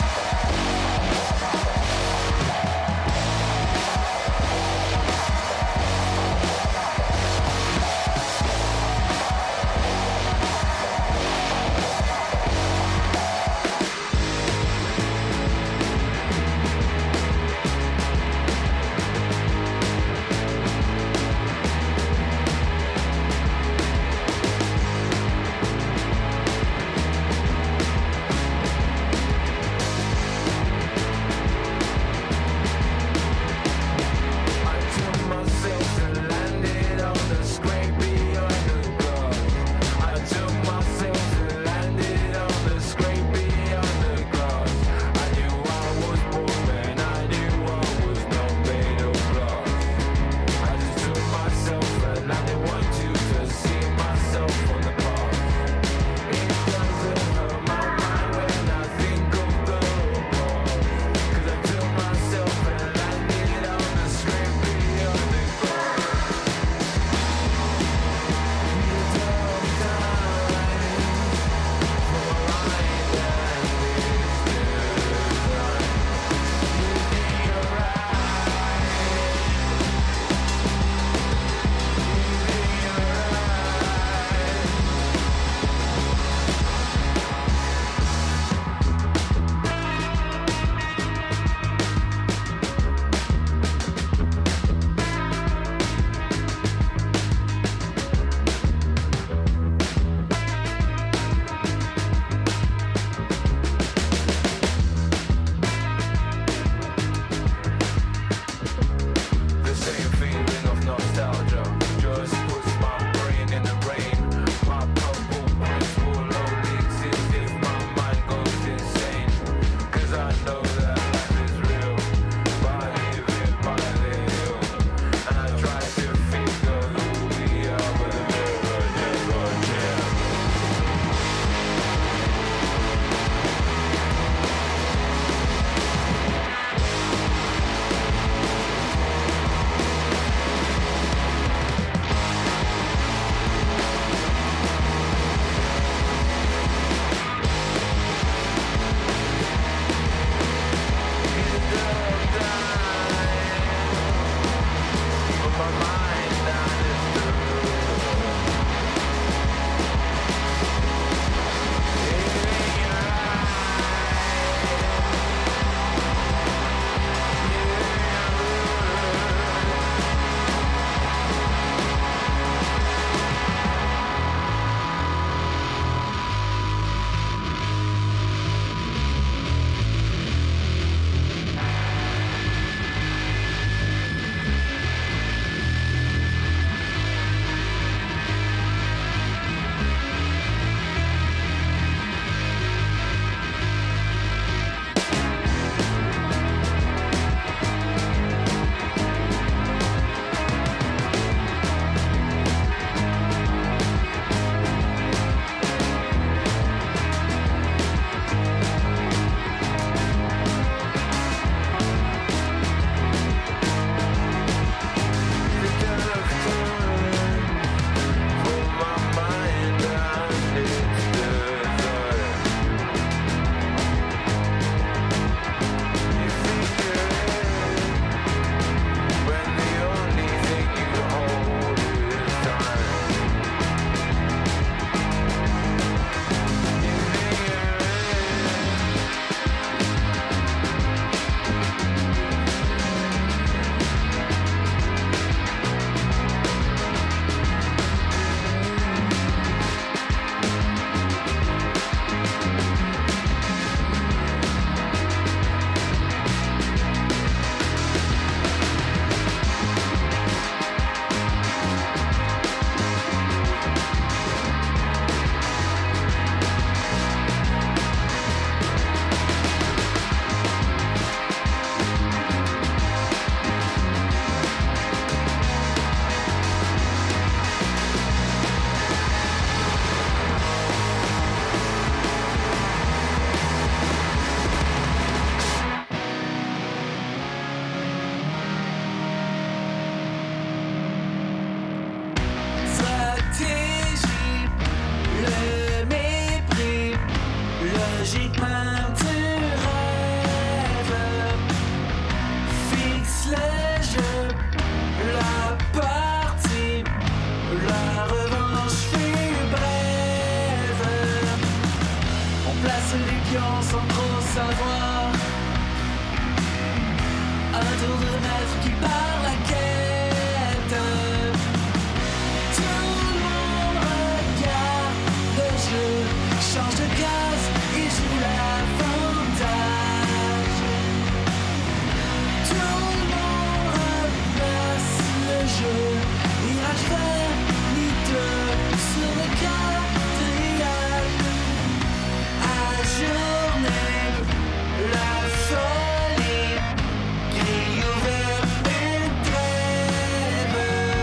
J'agite même tu rêves. Fixe les jeux, la partie, la revanche fut brève. On place les pions sans trop savoir. Un tour de maître qui part la quête. Tout le monde regarde le jeu, change de case et joue l'avantage. Tout le monde replace le jeu, virage vert, miteux sur le quatriage. À journée, la folie, grille ouverte et trêve.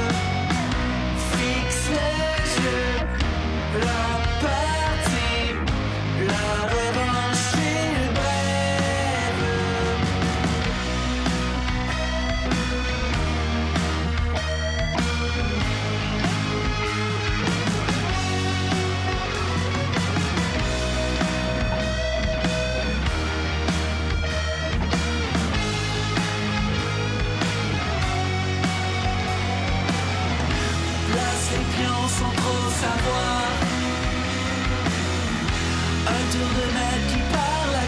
Fixe les jeux, la partie, la revanche est brève. Place les pions sans trop savoir. Un tour de maître qui part la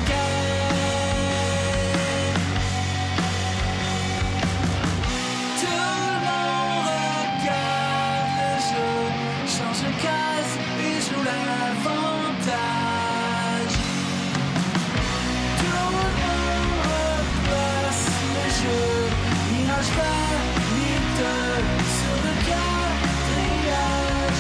guerre. Tout le monde regarde le jeu, change de case et joue l'avantage. Tout le monde replace le jeu, mirage vert, miteux sur le quatriage.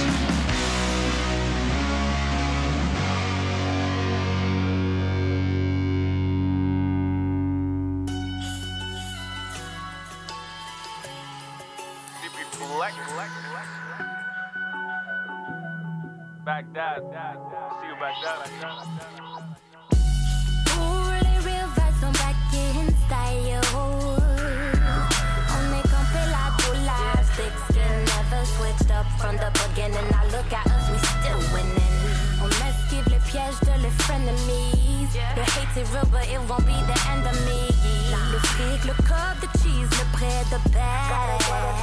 Baghdad, see you Baghdad. Pour les real vibes sont back in style. On est campé là pour la thick skin, never switched up from the beginning. Now look at us, we still winning. On esquive les pièges de les frenemies. The hate is real, but it won't be the end of me. Le fric, le cop, the cheese, le prêt de bag.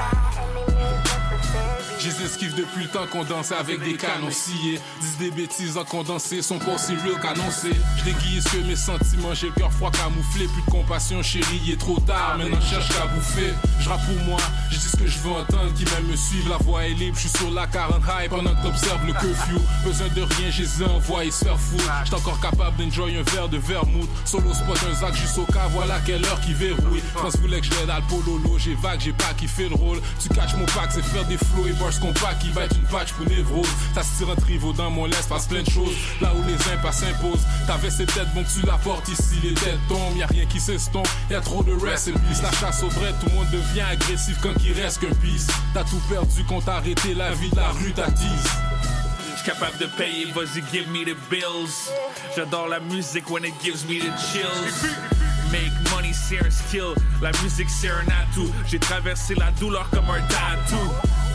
Je les esquive depuis le temps qu'on dansait avec des canons sciés. Disent des bêtises en condensé, sont pas aussi real qu'annoncé. Je déguise que mes sentiments, j'ai le cœur froid camouflé. Plus de compassion chérie, il est trop tard, maintenant je cherche qu'à bouffer. Je rappe pour moi, je dis ce que je veux entendre. Qui même me suivent, la voix est libre. Je suis sur la quarante high pendant que t'observes le curfew. Besoin de rien, j'ai les envoie et se faire foutre. J'suis encore capable d'enjoy un verre de vermouth. Solo spot, un zac juste au cas, voilà quelle heure qui verrouille. France voulait que je l'aide à le pololo, j'ai vague, j'ai pas kiffé le rôle. Tu catches mon pack, c'est faire des flows et bars compact qui va être une patch pour névrose. Ça se tire en trivaux dans mon laisse, passe plein de choses. Là où les impasses s'imposent. T'avais ces têtes, bon que tu la portes ici, les têtes tombent. Y'a rien qui s'estompe, y'a trop de rest and peace. La chasse au bread, tout le monde devient agressif quand il reste qu'un pisse. T'as tout perdu quand t'as arrêté, la vie de la rue t'attise. J'suis capable de payer, vas-y give me the bills. J'adore la musique when it gives me the chills. Make money, c'est un skill. La musique, c'est un atout. J'ai traversé la douleur comme un tattoo.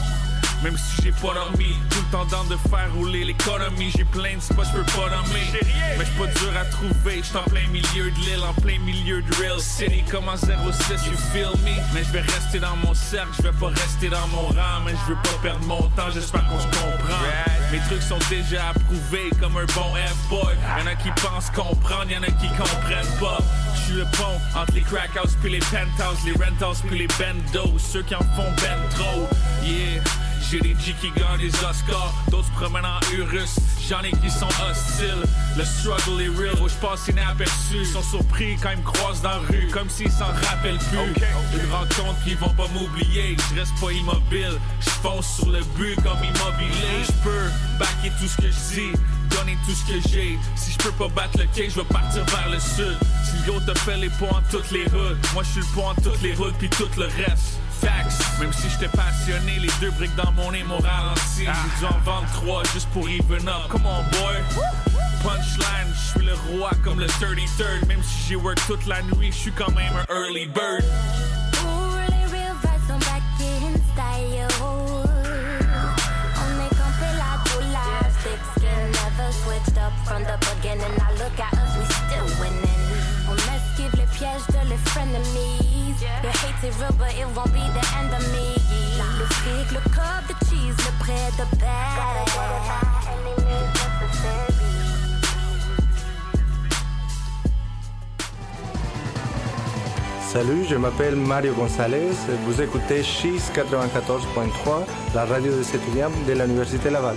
Même si j'ai pas dormi, tout le temps dans de faire rouler l'économie. J'ai plein de spots, j'peux pas nommer. Mais j'suis pas dur à trouver, j'suis en plein milieu de l'île, en plein milieu de Real City. Comme en zéro six, you feel me? Mais j'vais rester dans mon cercle, j'vais pas rester dans mon rang. Mais j'veux pas perdre mon temps, j'espère qu'on se comprend. Mes trucs sont déjà approuvés comme un bon F-boy. Y'en a qui pensent comprendre, y'en a qui comprennent pas. J'suis le pont entre les crack house puis les penthouses, les renthouse puis les bendos. Ceux qui en font ben trop, yeah. J'ai des G qui gagnent des Oscars, d'autres se promènent en Urus. J'en ai qui sont hostiles, le struggle est real. Où j'passe inaperçu, ils sont surpris quand ils me croisent dans la rue, comme s'ils s'en rappellent plus. Okay. Une rencontre qu'ils vont pas m'oublier, j'reste pas immobile. J'fonce sur le but comme immobilier. J'peux backer tout ce que j'dis, donner tout ce que j'ai. Si j'peux pas battre le cake, j'vais partir vers le sud. Si l'autre te fait les ponts en toutes les routes, moi j'suis le pont en toutes les routes pis tout le reste. Facts. Même si j'étais passionné, les deux briques dans mon nez m'ont ralenti. Ah. J'ai dû en vendre trois juste pour even up. Come on boy. Punchline, j'suis le roi comme le thirty-third. Même si j'ai work toute la nuit, j'suis quand même un early bird. Pour les real vibes sont back in style. On est campé là pour la thick skin, never switched up from the beginning. Now look look at us, we still winning. On esquive les pièges de les frenemies. Le hate is real, but it won't be the end of me. Le fric, le cup, the cheese, le prêt de bed. Gotta get it by any means necessary. Salut, je m'appelle Mario Gonzalez. Vous écoutez Cheese quatre-vingt-quatorze point trois, la radio des étudiants de l'Université Laval.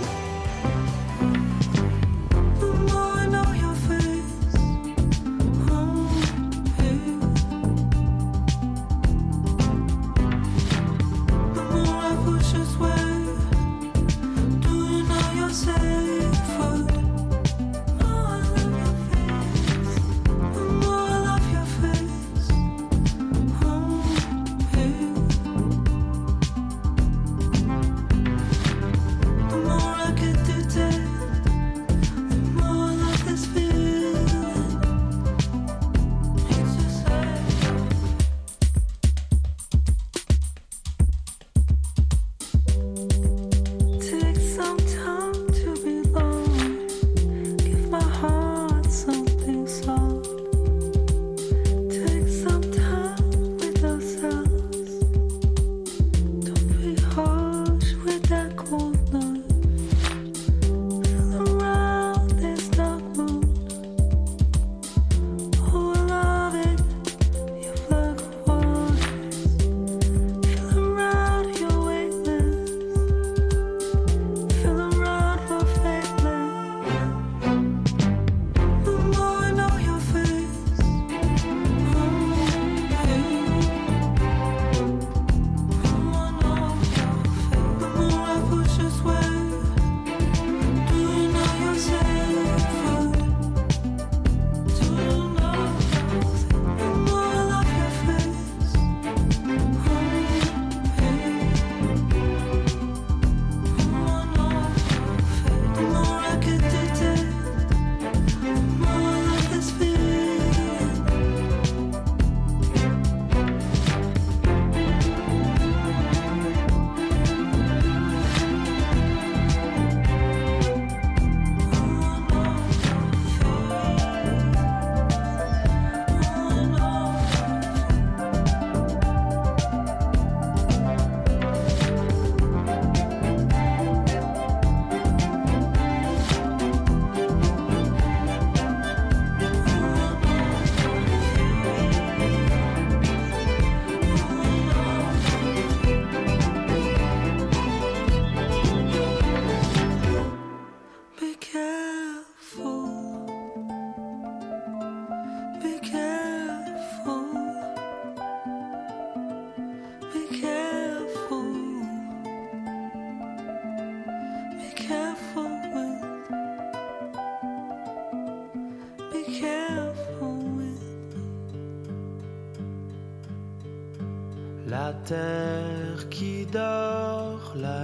La terre qui dort, la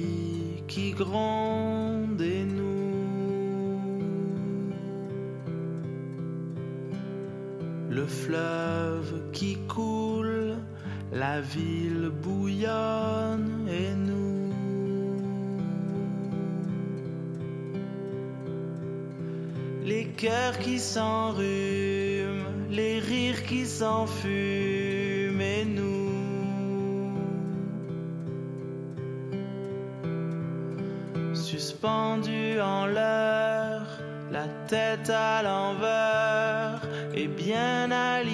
vie qui gronde et nous. Le fleuve qui coule, la ville bouillonne et nous. Les cœurs qui s'enrhument, les rires qui s'enfument et nous. Suspendu en l'air, la tête à l'envers et bien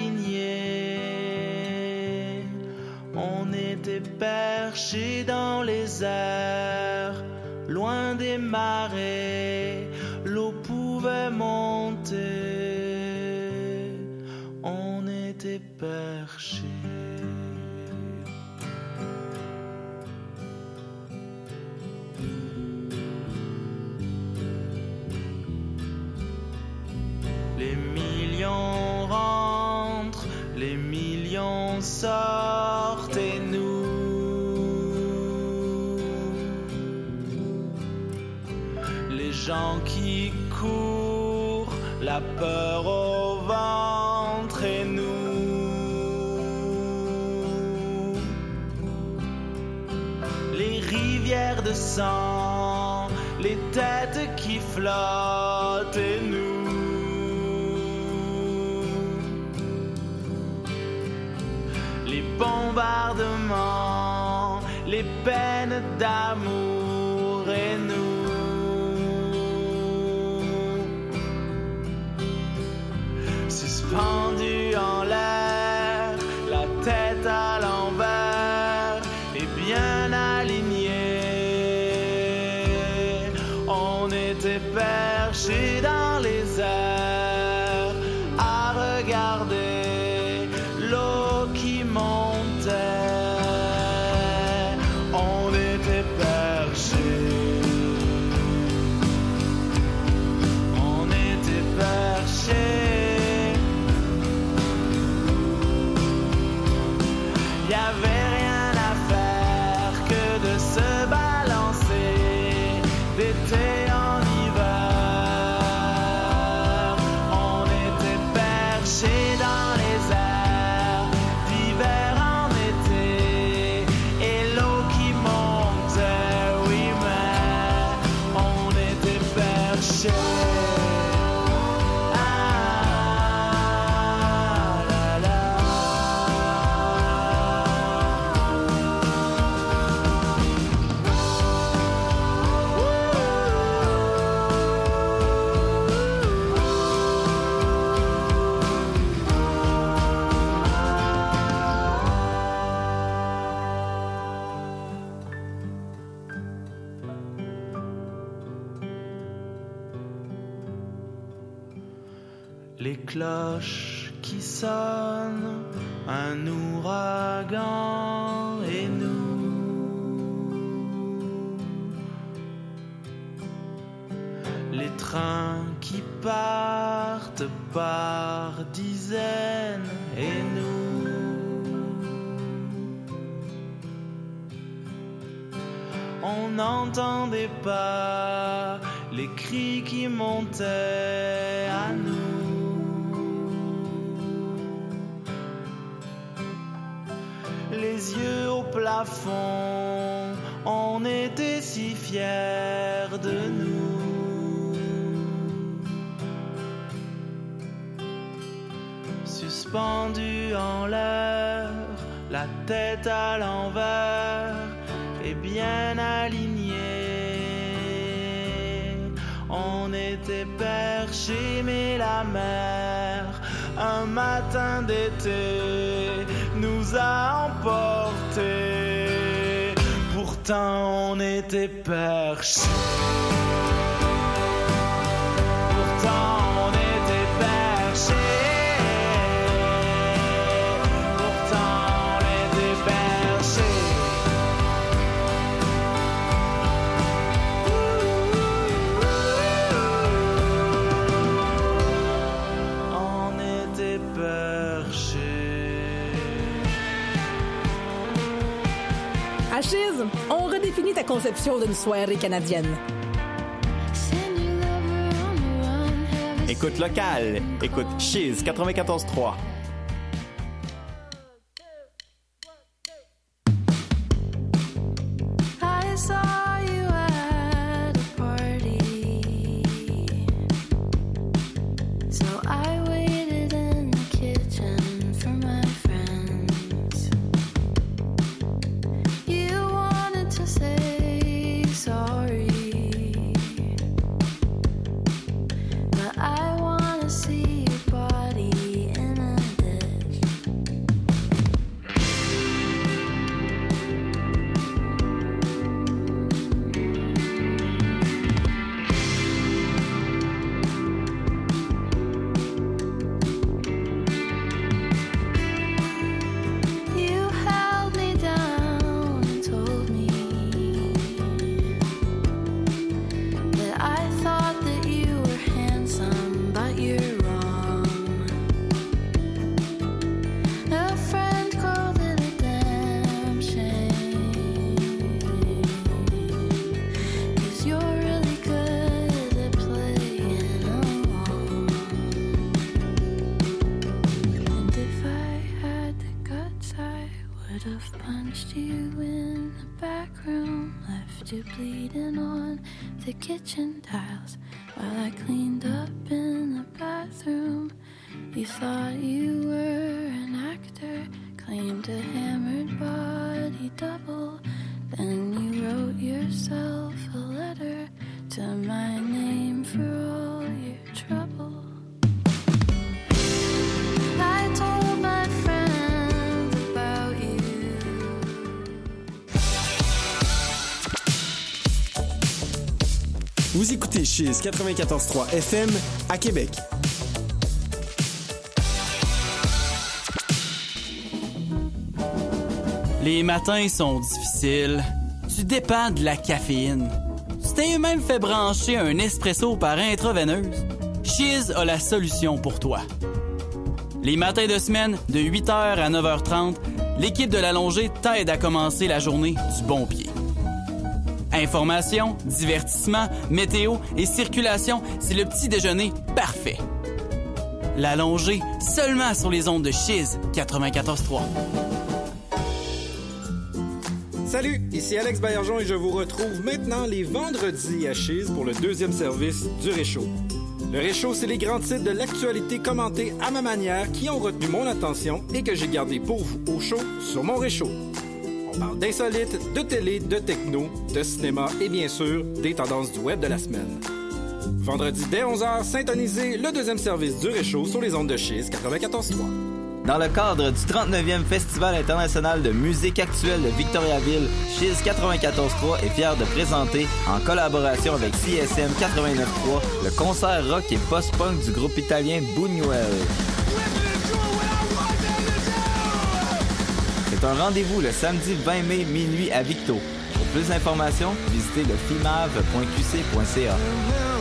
alignée. On était perchés dans les airs, loin des marées, l'eau pouvait monter. On était perchés. Les millions rentrent, les millions sortent et nous. Les gens qui courent, la peur au ventre et nous. Les rivières de sang, les têtes qui flottent et nous. les bombardements, les peines d'amour et nous. Suspendus en l'air, la tête à l'envers et bien alignés, on était perchés dans les airs à regarder l'eau qui montait. On était perchés, on était perchés. Y avait rien à faire que de se balancer d'été en hiver. On était perchés dans les airs d'hiver en été et l'eau qui montait, oui mais on était perchés. Les cloches qui sonnent, un ouragan et nous. Les trains qui partent par dizaines et nous. On n'entendait pas les cris qui montaient à nous. Les yeux au plafond, on était si fiers de nous. Suspendus en l'air, la tête à l'envers et bien alignés, on était perchés mais la mer, un matin d'été, nous a emportés. Pourtant on était perchés. Pourtant on était perchés. Pourtant on était perchés. On était perchés. À Chiz, on redéfinit ta conception d'une soirée canadienne. Écoute locale, écoute Chiz quatre-vingt-quatorze trois. I saw you at a party, so I waited in the kitchen for my friends. You wanted to say sorry, but I wanna see your body in a dish. You held me down and told me that I thought that you were handsome, but you're wrong. A friend called it a damn shame, 'cause you're really good at playing along. And if I had the guts, I would have punched you in the back room, left you bleeding on the kitchen tiles while I cleaned up in the bathroom. You thought you were an actor, claimed a hammered body double. Then you wrote yourself a letter to my name for all your trouble. I told my friends about you. Vous écoutez Chiz quatre-vingt-quatorze point trois F M à Québec. Les matins sont difficiles. Tu dépends de la caféine. Tu t'es même fait brancher un espresso par intraveineuse. Chiz a la solution pour toi. Les matins de semaine, de huit heures à neuf heures trente, l'équipe de l'Allongée t'aide à commencer la journée du bon pied. Information, divertissement, météo et circulation, c'est le petit déjeuner parfait. L'Allongée, seulement sur les ondes de Chiz quatre-vingt-quatorze point trois. Salut, ici Alex Baillargeon et je vous retrouve maintenant les vendredis à Chiz pour le deuxième service du Réchaud. Le Réchaud, c'est les grands titres de l'actualité commentés à ma manière qui ont retenu mon attention et que j'ai gardé pour vous au chaud sur mon Réchaud. On parle d'insolites, de télé, de techno, de cinéma et bien sûr des tendances du web de la semaine. Vendredi dès onze heures, syntonisez le deuxième service du Réchaud sur les ondes de Chiz quatre-vingt-quatorze point trois. Dans le cadre du trente-neuvième Festival international de musique actuelle de Victoriaville, Chiz quatre-vingt-quatorze point trois est fier de présenter, en collaboration avec C S M quatre-vingt-neuf point trois, le concert rock et post-punk du groupe italien Buñuel. C'est un rendez-vous le samedi vingt mai minuit à Victo. Pour plus d'informations, visitez le fimave point q c point c a.